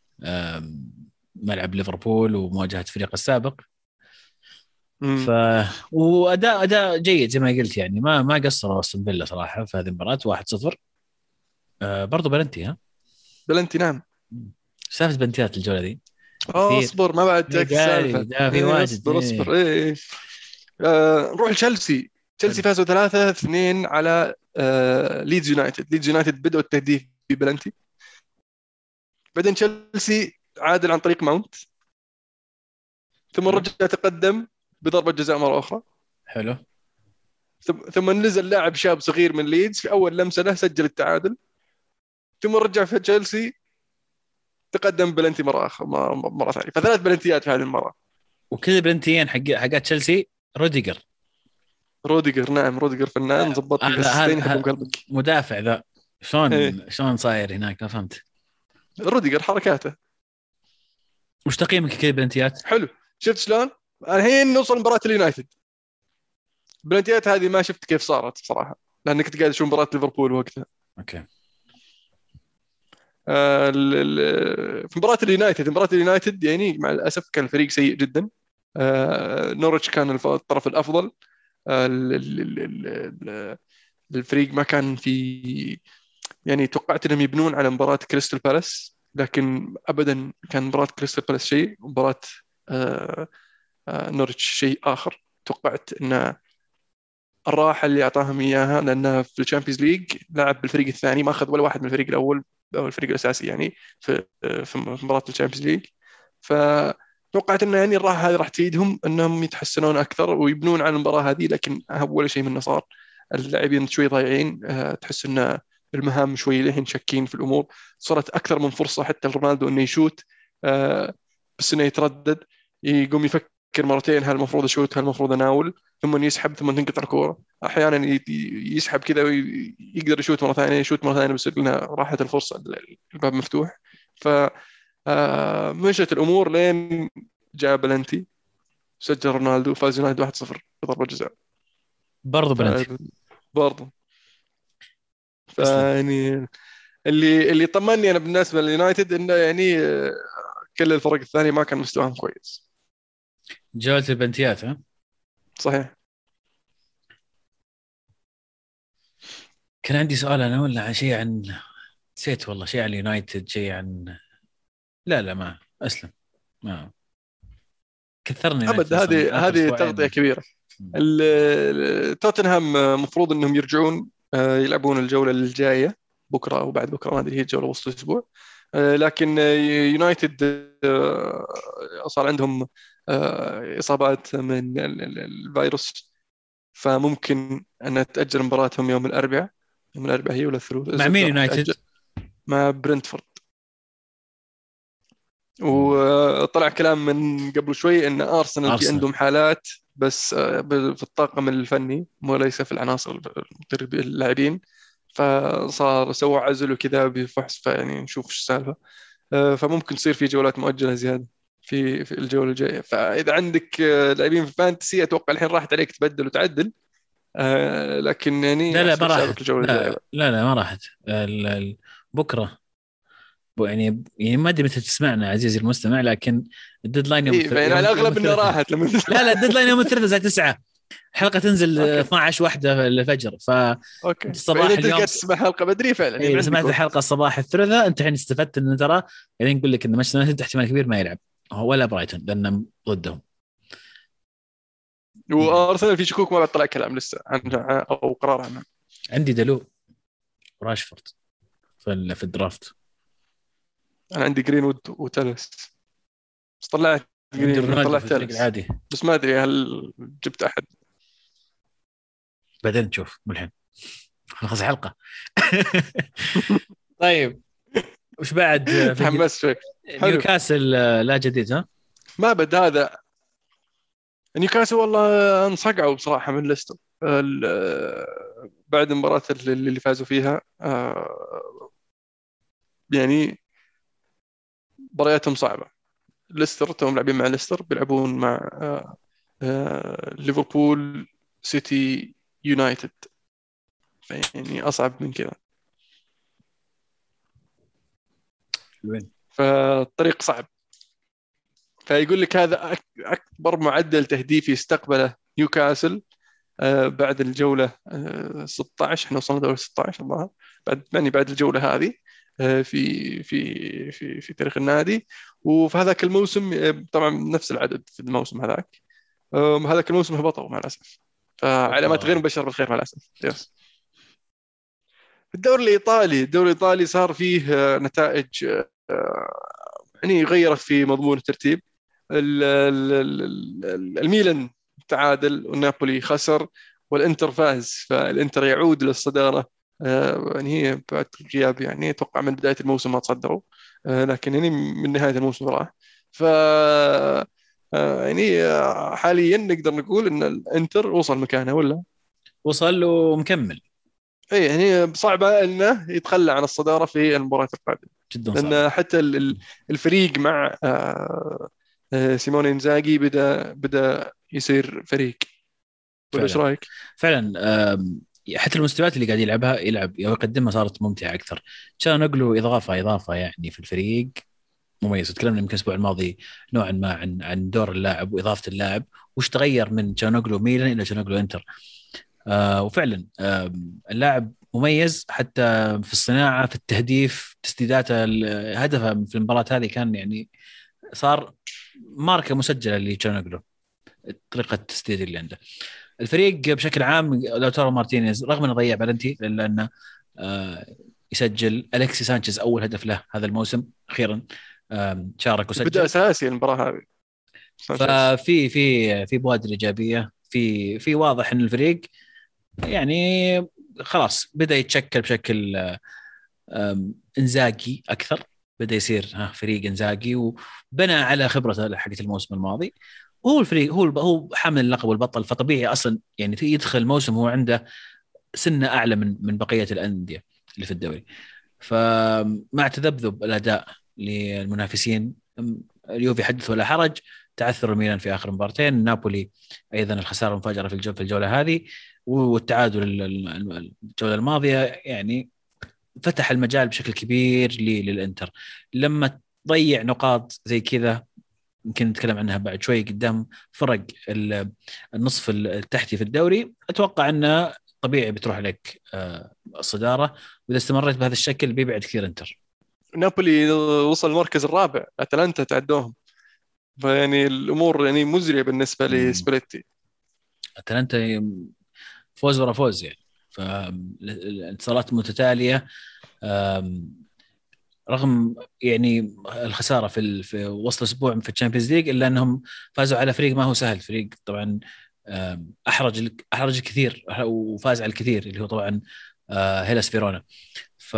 ملعب ليفربول ومواجهة فريق السابق. ف امم واداء جيد زي ما قلت، يعني ما قصروا استون فيلا صراحة في هذه المباراة. 1-0. برضو بلنتي ها. بلنتي نعم. سالفة بلنتيات الجولة دي كثير. اصبر ما بعد ايه جاك قاري السالفه. ده في واجد اصبر ايه. نروح لتشيلسي. تشيلسي حلو. فازوا 3-2 على ليدز يونايتد. ليدز يونايتد بدأوا التهديف ببلنتي، بعدين تشيلسي عادل عن طريق ماونت، ثم حلو. رجع تقدم بضربة جزاء مرة أخرى. حلو. ثم نزل لاعب شاب صغير من ليدز في أول لمسة له سجل التعادل. ثم رجع في تشيلسي تقدم بلنتي مرة أخرى، مرة ثانية. فثلاث بلنتيات في هذه المرة. وكل بلنتيين حقات تشيلسي روديجر. روديجر نعم، روديجر فنان، ظبط لك هذا اسيستين يحبهم قلبك. مدافع ذا. ايه شلون صاير هناك ما فهمت. روديجر حركاته وش تقييمك كذا بلنتيات؟ حلو. شفت شلون؟ الحين نوصل مباراة اليونايتد. البلنتيات هذه ما شفت كيف صارت بصراحة، لأنك كنت قاعد أشوف مباراة ليفربول وقتها. اوكي. في مباراة اليونايتد يعني مع الأسف كان الفريق سيء جدا. نورتش كان الطرف الأفضل. الفريق ما كان في، يعني توقعت انهم يبنون على مباراة كريستال بالاس، لكن ابدا كان مباراة كريستال بالاس شيء، ومباراة نورتش شيء اخر. توقعت ان الراحه اللي اعطاهم اياها، لانه في الشامبيونز ليج لعب بالفريق الثاني، ما اخذ ولا واحد من الفريق الاول او الفريق الاساسي يعني في مباراه الشامبيونز ليج. فتوقعت انه يعني الراحه هذه راح تفيدهم انهم يتحسنون اكثر ويبنون على المباراه هذه، لكن ولا شيء منه صار. اللاعبين شوي ضايعين، تحس ان المهام شوي لهن شاكين في الامور. صارت اكثر من فرصه حتى لرونالدو انه يشوت، بس انه يتردد، يقوم يفكر مرتين هل المفروض اشوت هل المفروض اناول، ثم يسحب ثم تنقطع الكوره. احيانا يسحب كذا ويقدر يشوت مره ثانيه، يشوت مره ثانيه، بس قلنا راحت الفرصه، الباب مفتوح. ف مشت الامور لين جاء بلنتي، سجل رونالدو، فاز يونايتد 1-0 بضربه جزاء. برضو بلنتي. برضه تسلم. فيعني اللي طمني انا بالنسبه لليونايتد انه يعني كل الفرق الثانيه ما كان مستواهم كويس. جولة البنتيات ها. صحيح. كان عندي سؤال انا ولا عن شيء عن، نسيت والله، شيء عن اليونايتد، شيء عن، لا ما اسلم، ما كثرنا يونايتد ابد، اصلا اخر هذه تغطيه اسبوعين. كبيره. توتنهام مفروض انهم يرجعون يلعبون الجوله الجايه بكره او بعد بكره، ما ادري، هي الجوله وسط الاسبوع. لكن يونايتد صار عندهم اصابات من الفيروس، فممكن ان تاجل مباراتهم يوم الاربعاء. يوم الاربعاء هي ولا مع مين الثلاثاء راح يونايتد؟ تاجل؟ مع برنتفورد. وطلع كلام من قبل شوي ان ارسنال في ارسنال. عندهم حالات، بس في الطاقم الفني وليس في العناصر اللاعبين. فصار سوى عزل وكذا بفحص، فيعني نشوف ايش السالفه. فممكن تصير في جولات مؤجله زياده في الجوله الجايه. فاذا عندك لاعبين في فانتسي، اتوقع الحين راحت عليك تبدل وتعدل، لكن يعني لا ما احسب حسابك راحت، الجوله الجايه لا بقى. لا لا ما راحت. بكره، يعني ما ادري متى تسمعنا عزيزي المستمع، لكن الديدلاين يوم اي باين على يوم الاغلب انها الثلاثاء. راحت لما لا الديدلاين يوم الثلاثاء الساعه 9، حلقه تنزل اوكي 12 واحده الفجر، فانت اوكي، فاذا الصباح انت اليوم قاعد تسمع حلقه بدري فعلا اي يعني اذا عندك سمعت وقت. الحلقه الصباح الثلاثاء انت الحين استفدت ان ترى، يعني نقول لك ان مانشستر يونايتد احتمال كبير ما يلعب هو ولا برايتون لان ضدهم. وارسنال في شكوك، ما بعد طلع كلام لسه عن او قرار عنها. عندي دلو وراشفورد في الدرافت. انا عندي جرينوود وتالس، بس طلعت عندي جرين رونالدو في طلعت الفريق تالس، العادي. بس ما ادري هل جبت احد. بعدين نشوف مو الحين، خلص حلقه. طيب وش بعد في تحمست شوي. حلو. نيوكاسل؟ لا جديد ها. ما بد هذا نيوكاسل والله انصقعوا بصراحه من ليستر بعد المباراه اللي فازوا فيها. يعني مبارياتهم صعبه. ليستر توهم لاعبين مع ليستر، بيلعبون مع ليفربول، سيتي، يونايتد، يعني اصعب من كذا. وين؟ فالطريق صعب. فيقول لك هذا اكبر معدل تهديفي استقبله نيوكاسل بعد الجوله 16. احنا وصلنا دوله 16 الظاهر، بعد الجوله هذه في تاريخ النادي. وفي هذاك الموسم طبعا نفس العدد في الموسم هذاك. هذاك الموسم هبطوا مع الاسف، فعلامات غير اوبا. مبشره بالخير مع الاسف. يس. الدوري الايطالي صار فيه نتائج يعني غيرت في مضمون الترتيب. الميلان تعادل، والنابولي خسر، والانتر فاز، فالانتر يعود للصدارة. يعني هي بعد غياب، يعني اتوقع من بداية الموسم ما تصدروا، لكن يعني من نهاية الموسم راح. ف يعني حاليا نقدر نقول ان الانتر وصل مكانه ولا. وصل ومكمل. اي يعني صعبة انه يتخلى عن الصدارة في المباراة القادمة، جدا صعبه. لان حتى الفريق مع سيمون انزاغي بدا يصير فريق. ولا ايش فعلا رايك؟ فعلا. حتى المستويات اللي قاعد يلعب يقدمها صارت ممتعه اكثر. كان نقله اضافه يعني في الفريق مميز. تكلمنا يمكن الاسبوع الماضي نوعا ما عن دور اللاعب واضافه اللاعب، وش تغير من جانوغلو ميلان الى جانوغلو انتر. وفعلا اللاعب مميز حتى في الصناعه، في التهديف، تسديداته، هدفه في المباراه هذه كان يعني صار ماركه مسجله لجانوغلو، طريقه التسديد اللي عنده. الفريق بشكل عام لو ترى مارتينيز رغم انه ضيع بلنتي الا انه يسجل أليكسي سانشيز اول هدف له هذا الموسم اخيرا، شارك بدأ وسجل. اساسي المباراه هذه سانشيز. ففي بوادر ايجابيه، في واضح ان الفريق يعني خلاص بدا يتشكل بشكل انزاجي اكثر، بدا يصير فريق انزاجي وبنى على خبرته حقت الموسم الماضي. وهو الفريق هو حامل اللقب والبطل، فطبيعي اصلا يعني يدخل الموسم هو عنده سنه اعلى من بقيه الانديه اللي في الدوري. فمع تذبذب الاداء للمنافسين، اليوفي حدث ولا حرج، تعثر الميلان في اخر مباراتين، نابولي ايضا الخساره المفاجئه في الجوله هذه، والتعادل الجوله الماضيه يعني فتح المجال بشكل كبير للانتر. لما تضيع نقاط زي كذا يمكن نتكلم عنها بعد شوي قدام فرق النصف التحتي في الدوري، اتوقع انه طبيعي بتروح لك الصداره، واذا استمريت بهذا الشكل بيبعد كثير انتر. نابولي وصل المركز الرابع، اتلانتا تعدوهم، فيعني الامور يعني مزريه بالنسبه لسبريتي. اتلانتا فوز ورا فوز يعني، فالانتصارات متتاليه رغم يعني الخساره في وسط اسبوع في الشامبيونز ليج، الا انهم فازوا على فريق ما هو سهل، فريق طبعا احرج الكثير وفاز على الكثير اللي هو طبعا هيلاس فيرونا. ف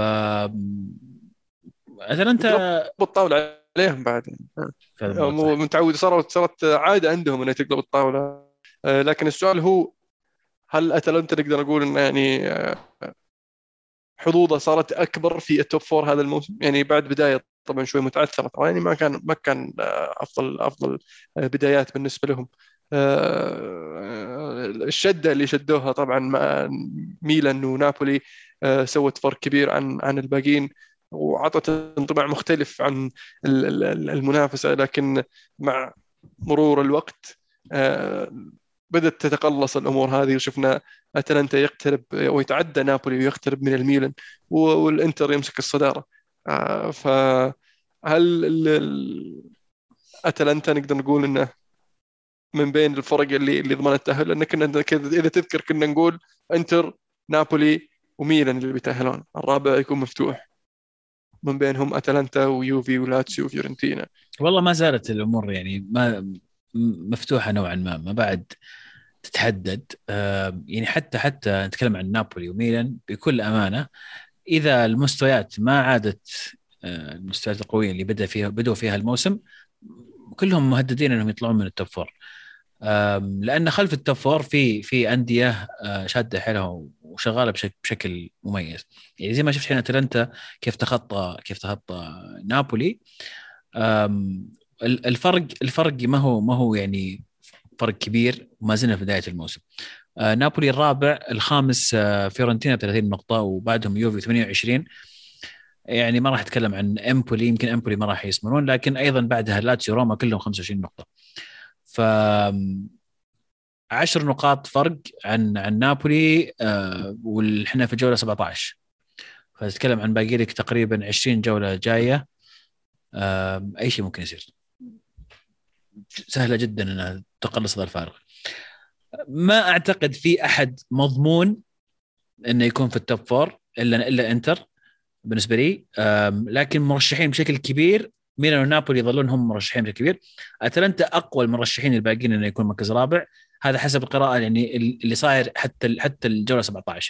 اتلانتا قلب الطاوله عليهم بعد، في هذا المباراه صح. متعود، صارت عاده عندهم انها تقلب الطاوله. لكن السؤال هو، هل اتلانتا نقدر نقول انه يعني حظوظه صارت اكبر في التوب فور هذا الموسم؟ يعني بعد بدايه طبعا شوي متعثره، طبعا يعني ما كان افضل بدايات بالنسبه لهم. الشده اللي شدوها طبعا مع ميلان ونابولي سوت فرق كبير عن الباقيين، وعطت انطباع مختلف عن المنافسه. لكن مع مرور الوقت بدأت تتقلص الأمور هذه، وشفنا أتلانتا يقترب ويتعدى نابولي ويقترب من الميلان، والإنتر يمسك الصدارة. فهل أتلانتا نقدر نقول إنه من بين الفرق اللي ضمنت التأهل؟ لأن كنا إذا تذكر كنا نقول إنتر، نابولي، وميلان اللي بيتأهلون، الرابع يكون مفتوح من بينهم أتلانتا ويوفي ولاتسيو وفيورنتينا. والله ما زالت الامور يعني ما مفتوحه نوعا ما بعد تتحدد. يعني حتى نتكلم عن نابولي وميلان بكل امانه، اذا المستويات ما عادت المستويات القويه اللي بدوا فيها الموسم، كلهم مهددين انهم يطلعون من التوب فور. لان خلف التوب فور في انديه شاده حيلها وشغاله بشكل مميز. يعني زي ما شفت حين اتلانتا كيف تخطى نابولي. الفرق ما هو يعني فرق كبير، وما زلنا في بدايه الموسم. نابولي الرابع، الخامس فيورنتينا ب 30 نقطه، وبعدهم يوفي 28. يعني ما راح اتكلم عن امبولي، يمكن امبولي ما راح يسمرون، لكن ايضا بعدها لاتسيو روما كلهم 25 نقطه. ف 10 نقاط فرق عن نابولي، واحنا في جوله 17، فتتكلم عن باقي لك تقريبا 20 جوله جايه. اي شيء ممكن يصير، سهله جدا انها تقلص هذا الفارق. ما اعتقد في احد مضمون انه يكون في التوب فور الا انتر بالنسبه لي. لكن مرشحين بشكل كبير ميلان ونابولي يظلون هم مرشحين بشكل كبير. اتلانتا اقوى المرشحين الباقيين انه يكون مركز رابع، هذا حسب القراءه يعني اللي صاير حتى الجوله 17.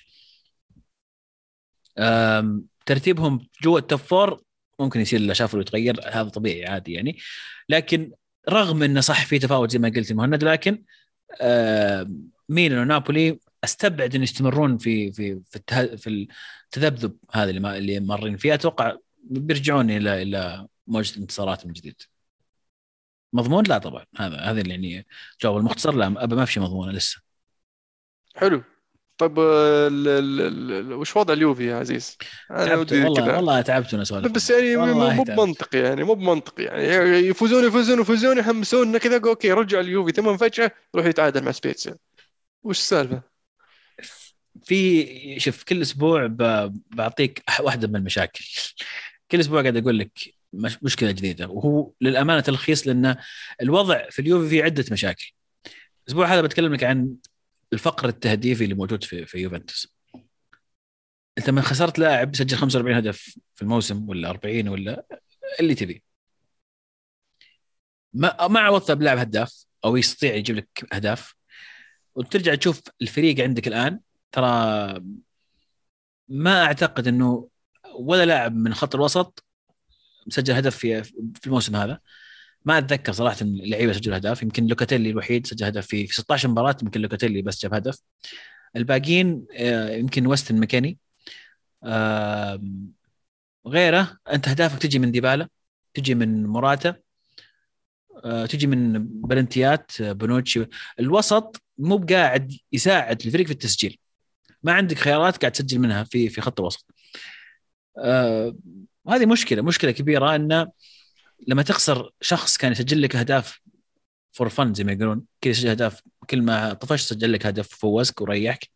ترتيبهم جوا التوب فور ممكن يصير له شافل ويتغير، هذا طبيعي عادي يعني. لكن رغم انه صح في تفاوت زي ما قلت مهند، لكن ميلان ونابولي استبعد ان يستمرون في التذبذب هذا اللي مارين فيه. اتوقع بيرجعون الى موجة انتصارات من جديد. مضمون؟ لا طبعا، هذا اللي يعني جواب المختصر، لا ابى ما في شيء مضمون لسه. حلو. طيب وش وضع اليوفي يا عزيز؟ انا تعبت ودي والله، كذا. والله تعبت وانا اسولف بس معك، يعني والله مو تعبت. بمنطقي، يعني مو بمنطقي، يعني يفوزون يحمسونا كذا، اوكي رجع اليوفي، ثم فجأة يروح يتعادل مع سبيتسا. وش السالفة؟ شوف كل اسبوع بعطيك واحده من المشاكل. كل اسبوع قاعد اقول لك مشكله جديده، وهو للامانه تلخيص، لان الوضع في اليوفي فيه عده مشاكل. الاسبوع هذا بتكلم لك عن الفقر التهديفي اللي موجود في يوفنتوس. انت من خسرت لاعب سجل 45 هدف في الموسم ولا 40 ولا اللي تبي، ما عوضت بلاعب هداف او يستطيع يجيب لك اهداف، وترجع تشوف الفريق عندك الان، ترى ما اعتقد انه ولا لاعب من خط الوسط مسجل هدف في الموسم هذا. ما اتذكر صراحه ان اللعيبه سجلوا اهداف، يمكن لوكاتيلي الوحيد سجل هدف في 16 مباراه، يمكن لوكاتيلي بس جاب هدف. الباقيين يمكن ويستن مكاني، آه، غيره. انت اهدافك تجي من ديبالا، تجي من موراتا، تجي من بلنتيات، بنوتشي. الوسط مو بقاعد يساعد الفريق في التسجيل، ما عندك خيارات قاعد تسجل منها في خط الوسط. هذه مشكله كبيره، ان لما تخسر شخص كان يسجل لك اهداف فور فن زي ما يقولون كذا، يسجل اهداف كل ما طفشت سجل لك هدف فوزك وريحك.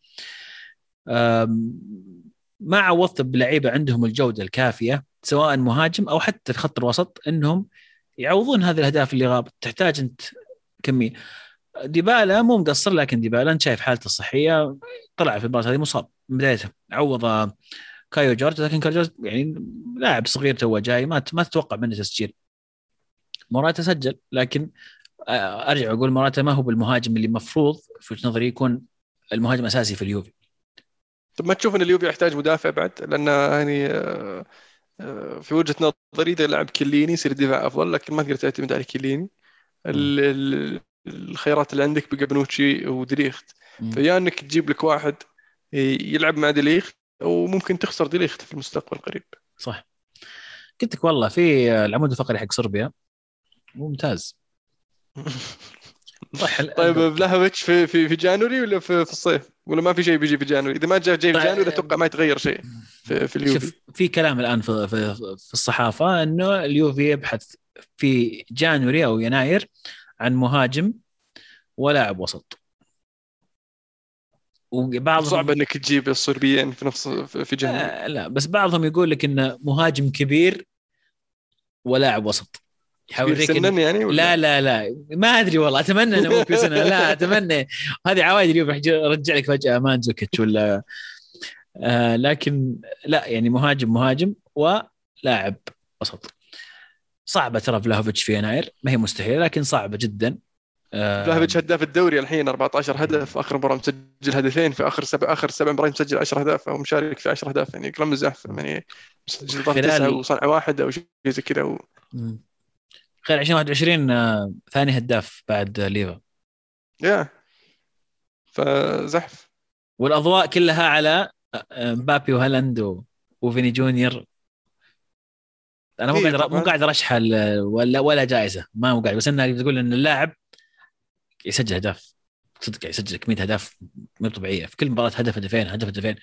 ما عوضت بلعيبه عندهم الجوده الكافيه سواء مهاجم او حتى في خط الوسط انهم يعوضون هذه الاهداف اللي غابت. تحتاج انت كميه. ديبالا مو مقصر، لكن ديبالا انت شايف حالته الصحيه، طلع في المباراه هذه مصاب من بدايتها، عوض كايو جورج، لكن كايو جورج يعني لاعب صغير تو جاي، ما تتوقع منه تسجيل. موراتا سجل، لكن ارجع اقول موراتا ما هو بالمهاجم اللي مفروض في وجهه نظري يكون المهاجم الاساسي في اليوفي. طب ما تشوف ان اليوفي يحتاج مدافع بعد؟ لان يعني في وجهة نظري اذا لعب كيليني يصير الدفاع افضل، لكن ما تقدر تعتمد على كيليني. مم. الخيارات اللي عندك بقى بنوتشي وديليخت، مم. فيا انك تجيب لك واحد يلعب مع ديليخت، او ممكن تخسر ديليخت في المستقبل القريب. صح. قلت لك والله في العمود الفقري حق صربيا ممتاز. صح طيب فلاهوفيتش في جانوري ولا في الصيف، ولا ما في شيء بيجي في جانوري؟ اذا ما جاء في جانوري اتوقع طيب ما يتغير شيء في اليوفي. شوف، في كلام الان في الصحافه انه اليوفي يبحث في جانوري او يناير عن مهاجم ولاعب وسط، صعب وبعضهم انك تجيب الصربيين في نفس في جانوري. لا، بس بعضهم يقول لك انه مهاجم كبير ولاعب وسط. كبير حوريك سنا يعني لا ولا؟ لا لا، ما ادري والله، اتمنى انه مو كريستيانو، لا اتمنى. هذه عوايد اليوم راح ارجع لك فجاه مانزوكيتش ولا لكن لا، يعني مهاجم ولاعب وسط. صعبه ترى فلاهوفيتش في يناير، ما هي مستحيله لكن صعبه جدا. آه فلاهوفيتش هداف الدوري الحين 14 هدف، اخر مباراه مسجل هدفين، في اخر سبع مباريات مسجل 10 اهداف او مشارك في 10 اهداف، يعني كلام مزاح يعني. مسجل الظاهر تسعه خلال وصنع واحد او شيء زي كذا خلال 2021 ثاني هداف بعد ليفا. يا فزحف. والاضواء كلها على مبابي وهالاند وفيني جونيور. انا اي مو طبعا. قاعد ارشح ولا جائزه، ما مو قاعد، بس انها تقول ان اللاعب يسجل اهداف صدق، يسجل كميه اهداف مو طبيعيه في كل مباراه، هدف هدفين هدف هدفين.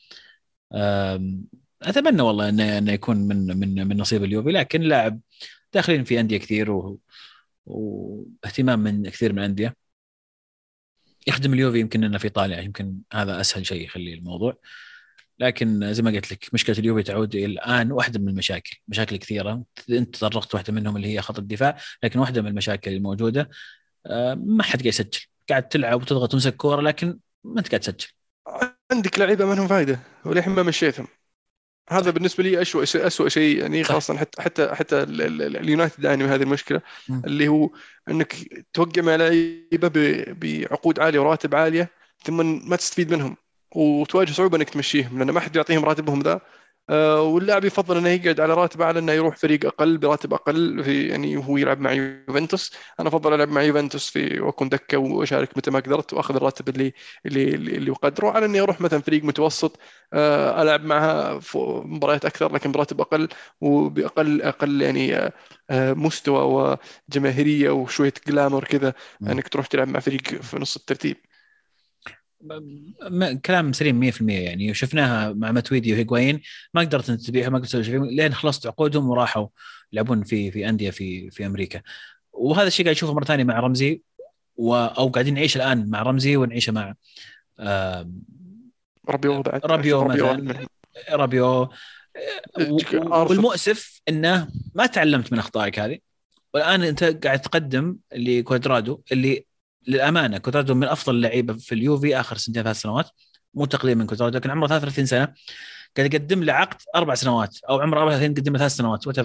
اتمنى والله انه يكون من نصيب اليوفي، لكن لاعب داخلين في انديه كثير واهتمام من كثير من الانديه. يخدم اليوفي يمكن انه في ايطاليا، يمكن هذا اسهل شيء يخلي الموضوع. لكن زي ما قلت لك مشكله اليوفي تعود الى الان واحده من المشاكل، مشاكل كثيره انت تطرقت واحده منهم اللي هي خط الدفاع، لكن واحده من المشاكل الموجوده ما حد قاعد يسجل، قاعد تلعب وتضغط وتمسك كوره لكن ما انت قاعد تسجل. عندك لعيبه ما لهم فائده وللحين ما مشيتهم. هذا صح بالنسبه لي اسوء شيء يعني، صح. خاصه حتى اليونايتد يعاني من هذه المشكله، مم. اللي هو انك توقع مع لعيبه بعقود عاليه وراتب عاليه، ثم ما تستفيد منهم، وتواجه صعوبه انك تمشيهم لان ما حد يعطيهم راتبهم ذا. واللاعب يفضل انه يقعد على راتب اعلى، انه يروح فريق اقل براتب اقل في يعني، وهو يلعب مع يوفنتوس. انا افضل العب مع يوفنتوس واكون دكه واشارك متى ما قدرت واخذ الراتب اللي يقدره، على اني اروح مثلا فريق متوسط العب معها مباريات اكثر لكن براتب اقل وباقل يعني مستوى وجماهيريه وشويه جلامر كذا، مم. انك تروح تلعب مع فريق في نص الترتيب. كلام سليم 100%. يعني شفناها مع ماتويدي وهيغوايين، ما قدرت انت تبيعهم، ما قدرت تسوي شيء لين خلصت عقودهم وراحوا يلعبون في انديه في امريكا. وهذا الشيء قاعد نشوفه مره ثانيه مع رمزي، او قاعدين نعيشه الان مع رمزي ونعيشه مع آه، ربيو بعد اشوف رابيو ربيو واحد مثلا. منهم. رابيو ارثر. والمؤسف انه ما تعلمت من اخطائك هذه، والان انت قاعد تقدم لكوادرادو اللي للامانه كوادرادو من افضل اللعيبه في اليوفي اخر سنتين 3 سنوات، مو تقليل من كوادرادو، لكن عمره 33 سنه، قاعد يقدم له عقد 4 سنوات، او عمره 34 يقدم له 3 سنوات وات.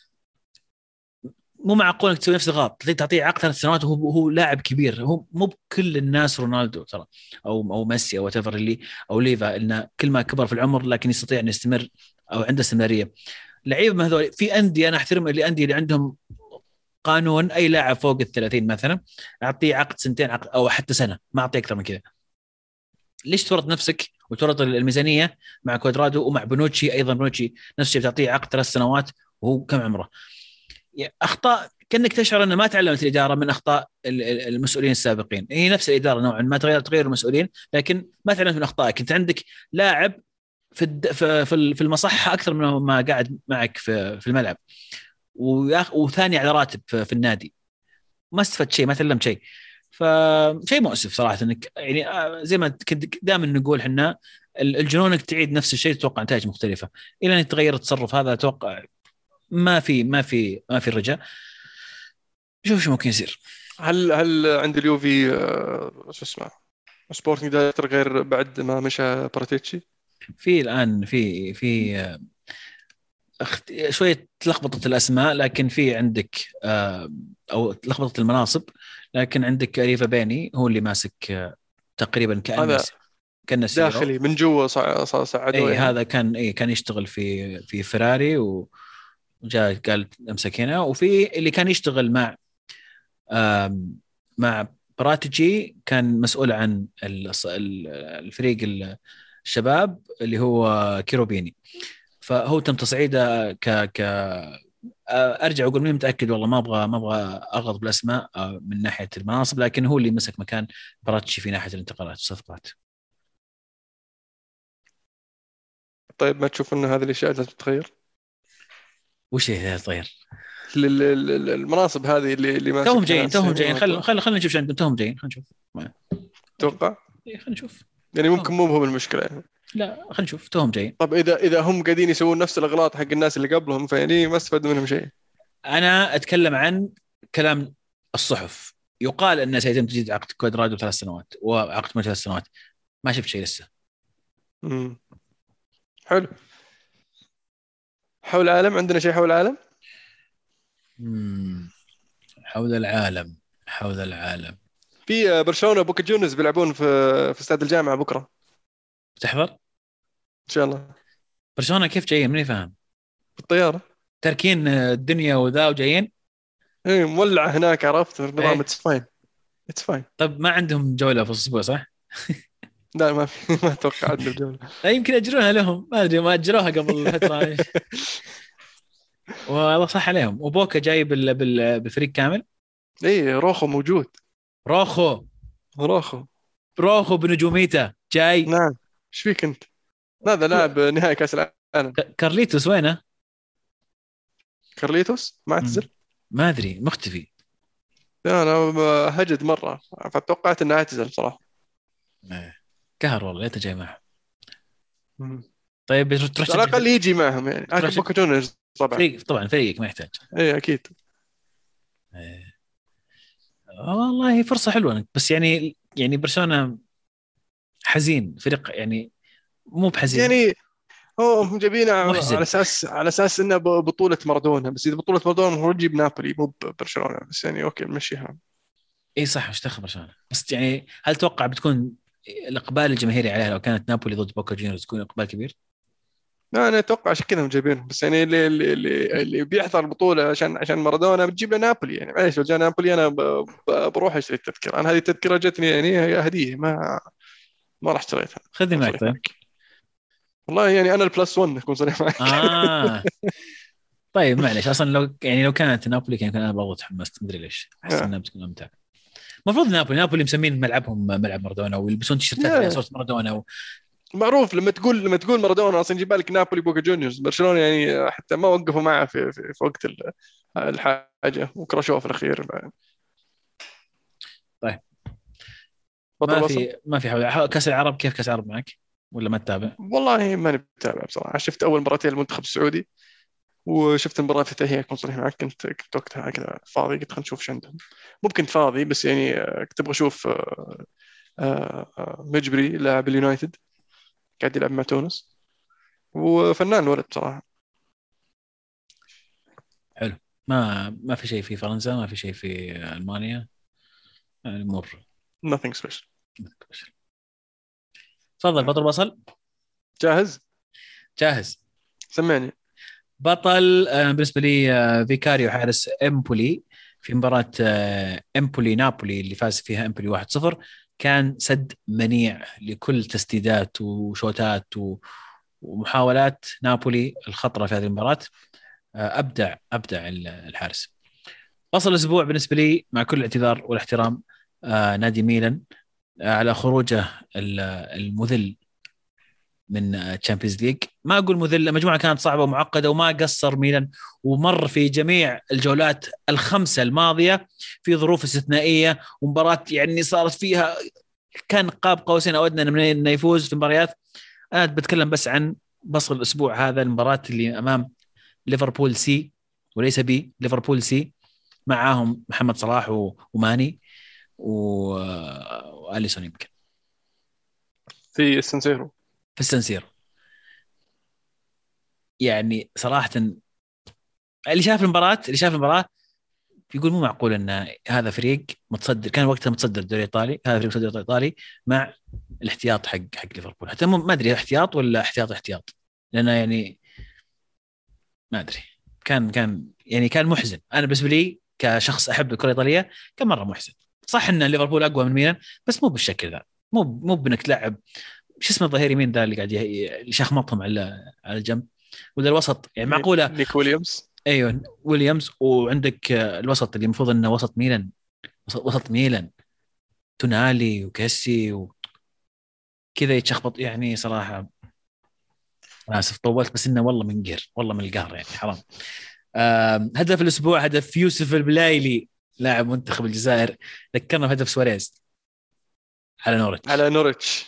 مو معقول انك تسوي نفس الغلط، تعطيه عقد 3 سنوات وهو لاعب كبير. هو مو بكل الناس رونالدو ترى، او ميسي او تفر اللي، او ليفا، انه كل ما كبر في العمر لكن يستطيع ان يستمر او عنده استمراريه. لعيبه من هذول في انديه، انا احترم الانديه اللي عندهم قانون اي لاعب فوق ال30 مثلا اعطيه عقد سنتين، عقد او حتى سنه، ما اعطيه اكثر من كذا. ليش تورط نفسك وتورط الميزانيه مع كوادرادو ومع بنوتشي؟ ايضا بنوتشي نفس الشيء، بتعطيه عقد 3 سنوات وهو كم عمره؟ اخطاء كانك تشعر ان ما تعلمت الاداره من اخطاء المسؤولين السابقين. هي نفس الاداره نوعا ما، تغير المسؤولين لكن ما تعلمت من اخطائك. انت عندك لاعب في المصحه اكثر من ما قاعد معك في الملعب، وثاني على راتب في النادي، ما استفدت شيء، ما تعلمت شيء. فشيء مؤسف صراحه انك يعني زي ما كنت دائما نقول احنا، الجنون انك تعيد نفس الشيء تتوقع نتائج مختلفه. الى ان يتغير التصرف هذا اتوقع ما في رجاء. شوف شو ممكن يصير. هل عند اليوفي شو اسمه سبورتنج دايركتور غير بعد ما مشى باراتيتشي؟ في الان في شويه لخبطه الاسماء، لكن في عندك او لخبطه المناصب، لكن عندك ريفا بيني هو اللي ماسك تقريبا هذا كانه سي او. داخلي من جوا صعدوه اي يعني. هذا كان يشتغل في فيراري وجاء قال امسك هنا. وفي اللي كان يشتغل مع براتيجي، كان مسؤول عن الفريق الشباب اللي هو كيروبيني، فهو تم تصعيده ك ارجع اقول ماني متاكد والله، ما ابغى اغلط بالاسماء من ناحيه المناصب، لكن هو اللي مسك مكان براتشي في ناحيه الانتقالات والصفقات. طيب ما تشوف انه هذه الاشياء لازم تتغير؟ وش هي طير؟ المناصب هذه اللي توهم ماسكها جايين ناس يعني خلينا نشوف شو عندهم. توهم جايين، خلينا نشوف. اتوقع خلينا نشوف. يعني ممكن مو هو المشكله يعني. لا خلينا نشوف، توهم جايين. طب اذا هم قاعدين يسوون نفس الاغلاط حق الناس اللي قبلهم، فيعني ما استفدوا منهم شيء. انا اتكلم عن كلام الصحف، يقال ان سيتم تجديد عقد كوادرادو 3 سنوات وعقد 3 سنوات. ما شفت شيء لسه. امم حلو. حول العالم عندنا شيء حول العالم؟ حول العالم. حول العالم. في برشلونه بوكا جونيورز بيلعبون في استاد الجامعه بكره. تحضر ان شاء الله. برشلونه كيف جايين؟ ماني فاهم. بالطياره. تركين الدنيا وذا وجايين. ايه مولعه هناك، عرفت النظام. ايه اتس فاين. اتس فاين. طب ما عندهم جوله في الاسبوع صح؟ لا ما في ما اتوقع عندنا بجوله. لا يمكن اجروها لهم، ما ادري، ما اجروها قبل فتره. والله صح عليهم. وبوكا جاي بالفريق كامل. ايه روخو موجود. روخو. روخو. روخو بنجوميته جاي. نعم. ايش فيك انت؟ هذا لاعب نهائي كاس العالم. كارليتوس وينه؟ كارليتوس ما اعتزل. ما ادري، مختفي. لا انا هجد مره، فتوقعت انه اعتزل صراحه. قهر والله، ليته جاي معه. مم. طيب تروح على تشجع الاقل يجي معهم يعني. تروح بوكا جونيورز طبعا. فريق، طبعا فريقك ما يحتاج. ايه اكيد. إيه. والله فرصه حلوه، بس يعني برشلونه حزين فريق يعني، مو بحزين، يعني هو هم جايبينه على محزن. اساس انه بطوله مارادونا، بس اذا بطوله مارادونا المفروض تجيب نابولي مو برشلونه، بس يعني اوكي نمشيها. اي صح، مش دخل برشلونه، بس يعني هل تتوقع بتكون الاقبال الجماهيري عليها لو كانت نابولي ضد بوكا جونيورز تكون اقبال كبير؟ لا انا اتوقع عشان كذا هم جايبينه، بس يعني اللي بيحضر البطوله عشان مارادونا بتجيب له نابولي يعني. معليش لو جاء نابولي انا بروح اشتري التذكره. انا هذه التذكره جتني يعني هديه، ما راح اشتريتها. خذني أكون معك صريح طيب. معك. والله يعني انا البلس 1 اكون صريح معك. اه طيب معلش، اصلا لو كانت نابولي كان انا برضو تحمست، مدري ليش احس انها بتكون ممتعه. المفروض نابولي مسمين ملعبهم ملعب مارادونا ويلبسون تيشيرتات عليها صوره مارادونا معروف لما تقول مارادونا اصلا يجي بالك نابولي بوكا جونيورز. برشلونه يعني حتى ما وقفوا معه في وقت الحاجه، وكراشوه في الاخير. طيب بطل وصل. ما في حول كاس العرب. كيف كاس العرب معك ولا ما تتابع؟ والله ماني بتابع بصراحه. شفت اول مباراتين المنتخب السعودي وشفت المباراة الافتتاحية. أكون صريح معك، كنت وقتها كذا فاضي، قلت خلينا نشوف ايش عندهم. ممكن فاضي بس يعني كنت أبغى أشوف مجبري لاعب اليونايتد قاعد يلعب مع تونس، وفنان الولد بصراحة. حلو. ما في شيء في فرنسا، ما في شيء في المانيا، يعني مر. nothing special. تفضل بطل بصل. جاهز؟ جاهز. سمعني. بطل بالنسبه لي فيكاريو حارس امبولي في مباراه امبولي نابولي اللي فاز فيها امبولي 1-0. كان سد منيع لكل تسديدات وشوتات ومحاولات نابولي الخطره في هذه المباراه. ابدع الحارس. بصل الاسبوع بالنسبه لي مع كل الاعتذار والاحترام نادي ميلان على خروجه المذل من تشامبيونز ليج. ما اقول مذله، مجموعه كانت صعبه ومعقده وما قصر ميلان، ومر في جميع الجولات الخمسه الماضيه في ظروف استثنائيه، ومباراه يعني صارت فيها كان قاب قوسين او ادنى من انه يفوز في المباريات. انا بتكلم بس عن بصل الاسبوع هذا، المباراه اللي امام ليفربول سي وليس بي، ليفربول سي معاهم محمد صلاح وماني واليسون يمكن في السنسيرو. في السنسيرو. يعني صراحه اللي شاف المباراه يقول مو معقول ان هذا فريق متصدر، كان وقتها متصدر الدوري الايطالي، هذا فريق متصدر الدوري الايطالي مع الاحتياط حق ليفربول. حتى ما ادري احتياط ولا احتياط، لانه يعني ما ادري. كان يعني كان محزن. انا بالنسبه لي كشخص احب الكره الايطاليه كان مره محزن. صح ان ليفربول اقوى من ميلان بس مو بالشكل ذا، مو بانك تلعب شو اسمه الظهير يمين ذا اللي قاعد يشخمطهم على الجنب، ولا الوسط يعني معقوله. نيك ويليامز. ايوه ويليامز، وعندك الوسط اللي المفروض انه وسط ميلان، وسط ميلان تونالي وكيسي وكذا يتشخبط. يعني صراحه أنا اسف طولت، بس انه والله من قهر، والله من القهر يعني حرام. هدف الاسبوع هدف يوسف البلايلي لاعب منتخب الجزائر، ذكرنا بهدف سواريز على نورتش. على نورتش.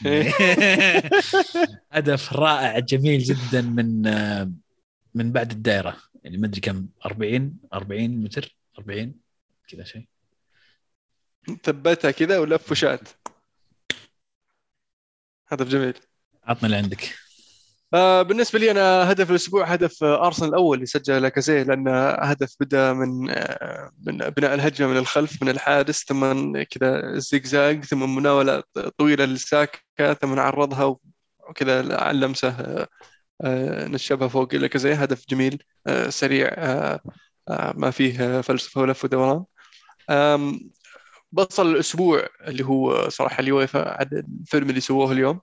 هدف رائع جميل جدا من بعد الدائره، يعني ما ادري كم 40 متر 40 كذا شيء. ثبتها كذا ولف وشات. هدف جميل. عطنا اللي عندك. بالنسبة لي أنا هدف الأسبوع هدف أرسنال الأول اللي سجل لاكازيه، لأن هدف بدأ من بناء الهجمة من الخلف من الحارس، ثم كذا الزيغزاغ، ثم مناولة طويلة للساكا، ثم عرضها وكذا على اللمسة نشبها فوق لاكازيه. هدف جميل سريع، ما فيه فلسفة ولف ودوران. آم، بصل الأسبوع اللي هو صراحة اليويفا عاد الفيلم اللي سووه اليوم،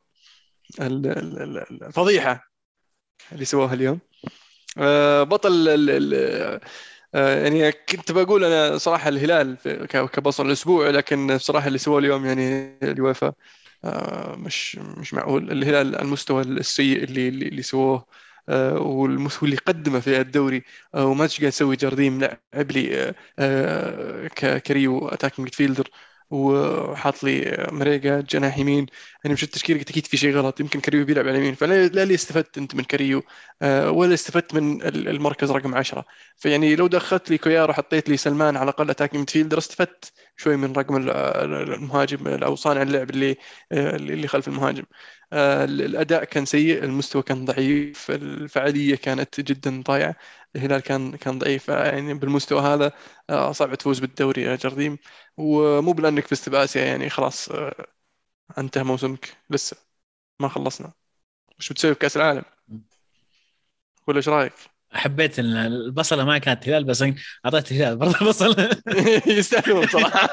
الفضيحة اللي سووها اليوم. بطل يعني كنت بقول انا صراحه الهلال كبطل الاسبوع، لكن بصراحه اللي سووه اليوم يعني اليويفا مش معقول. الهلال المستوى السيء اللي سووه والمستوى اللي قدمه في الدوري، وما قاعد يسوي جارديم، لعب لي كريو اتاكينج فيلدر، وحاط لي مريقا جناح يمين. يعني مش التشكيله، قلت اكيد في شيء غلط، يمكن كريو بيلعب على اليمين، فلا اللي استفدت انت من كريو ولا استفدت من المركز رقم 10. فيعني لو دخلت لي كويار وحطيت لي سلمان على الاقل اتاكينج ميدفيلدر، استفدت شوي من رقم المهاجم او صانع اللعب اللي خلف المهاجم. الاداء كان سيء، المستوى كان ضعيف، الفعاليه كانت جدا ضايعه. الهلال كان ضعيف يعني بالمستوى هذا. صعب تفوز بالدوري يا جرديم، ومو بلانك فزت باسيا يعني خلاص انتهى موسمك لسه، ما خلصنا. وش بتسوي في كاس العالم؟ ولا ايش رايك؟ حبيت ان البصله ما كانت هلال بس اعطيت الهلال برضه بصل. يستاهلون بصراحه.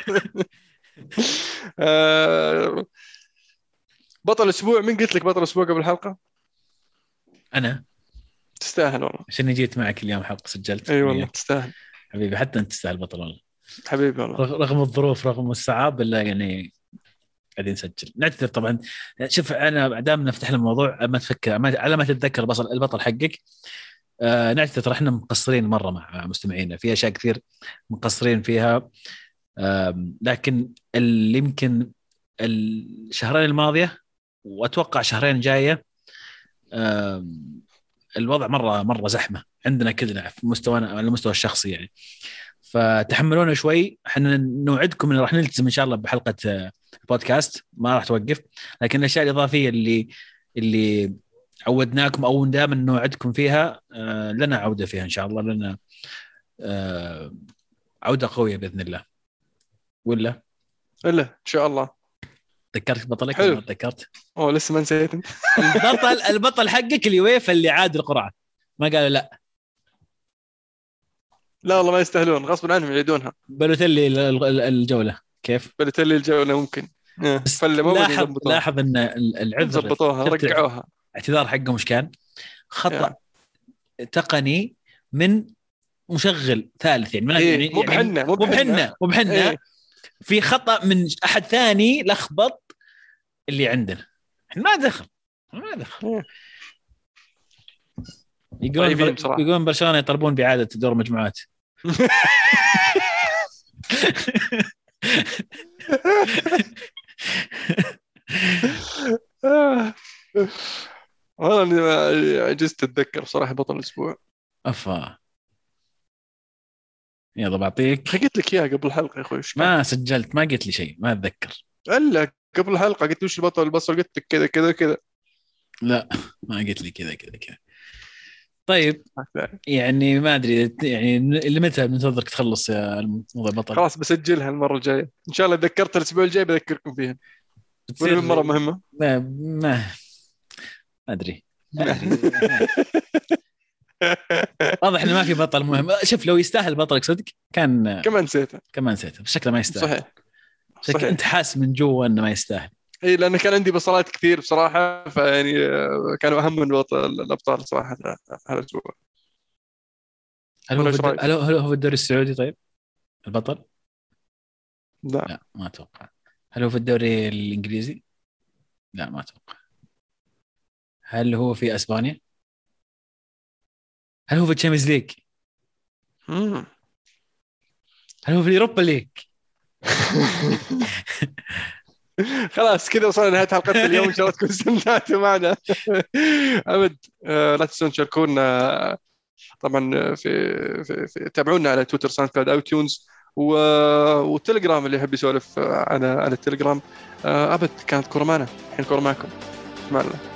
آه، بطل الاسبوع، من قلت لك بطل الاسبوع قبل الحلقه؟ انا تستاهل والله. عشان جيت معك اليوم حلقه سجلت اي والله وياك. تستاهل. حبيبي حتى انت تستاهل بطل والله. حبيبي والله. رغم الظروف رغم الصعاب الا يعني قاعدين نسجل. نعتذر طبعا. شوف انا دام نفتح الموضوع ما تفكر على ما تتذكر البطل حقك. نعتذر ترى احنا مقصرين مره مع مستمعينا في اشياء كثير مقصرين فيها. لكن اللي يمكن الشهرين الماضيه واتوقع شهرين جايه الوضع مره زحمه عندنا كلنا في مستوانا على المستوى الشخصي يعني. فتحملونا شوي، احنا نوعدكم ان راح نلتزم ان شاء الله بحلقه البودكاست، ما راح توقف. لكن الاشياء الاضافيه اللي عودناكم او دائما نوعدكم فيها لنا عوده فيها ان شاء الله، لنا عوده قويه باذن الله. ولا الا ان شاء الله. ذكرت بطلك حلو. ولا ما تذكرت؟ لسه ما نسيت انت. البطل حقك اليويفا اللي عاد القرعه، ما قالوا لا؟ لا والله ما يستاهلون، غصب عنهم يعيدونها. بلوتيلي الجوله كيف؟ بلتلي الجولة ممكن. بس فله مو بس لاحظ يضبطوها. ان العذر، ضبطوها شفت رجعوها. الاعتذار حقهم ايش كان؟ خطا يا. تقني من مشغل ثالث يعني، إيه مو بحنا مو بحنا إيه. في خطا من احد ثاني لخبط اللي عندنا، احنا ما دخل. إيه. طيبين بصراحة. يقولون برشلونه يطلبون باعاده دور مجموعات. والله اني عجزت اتذكر صراحة بطل الاسبوع. افا يلا بعطيك. قلت لك اياها قبل الحلقة يا اخوي، ايش كان؟ ما سجلت، ما قلت لي شيء، ما اتذكر. الا قبل الحلقة قلت وش البطل قلت لك كذا كذا كذا. لا ما قلت لي كذا. طيب يعني ما ادري يعني اللي متى بننتظرك تخلص يا الموضوع بطل. خلاص بسجلها المرة الجاية ان شاء الله، تذكرت الاسبوع الجاي بذكركم فيها. بتصير مرة مهمة. ما ادري. واضح انه ما في بطل مهم. شوف لو يستاهل بطلك صدق كان كمان نسيته. بس شكله ما يستاهل. صحيح. انت حاس من جوا انه ما يستاهل. اي لانه كان عندي بصلات كثير بصراحه، فيعني كانوا اهم من الابطال صراحه هذا الاسبوع. هل هو في الدوري السعودي طيب البطل؟ لا ما اتوقع. هل هو في الدوري الانجليزي؟ لا ما اتوقع. هل هو في اسبانيا؟ هل هو في الشامبيونز ليج؟ هل هو في اليوروبا ليج؟ خلاص كذا وصلنا لنهايه حلقتنا اليوم، ان شاء الله تكونوا استمتعتوا معنا. ابد لا تنسون تشاركونا طبعا في تابعونا على تويتر، ساوند كلاود، ايتونز والتليجرام اللي يحب يسولف على التليجرام. ابد كانت كوره معنا، الحين كوره معكم. مع الله.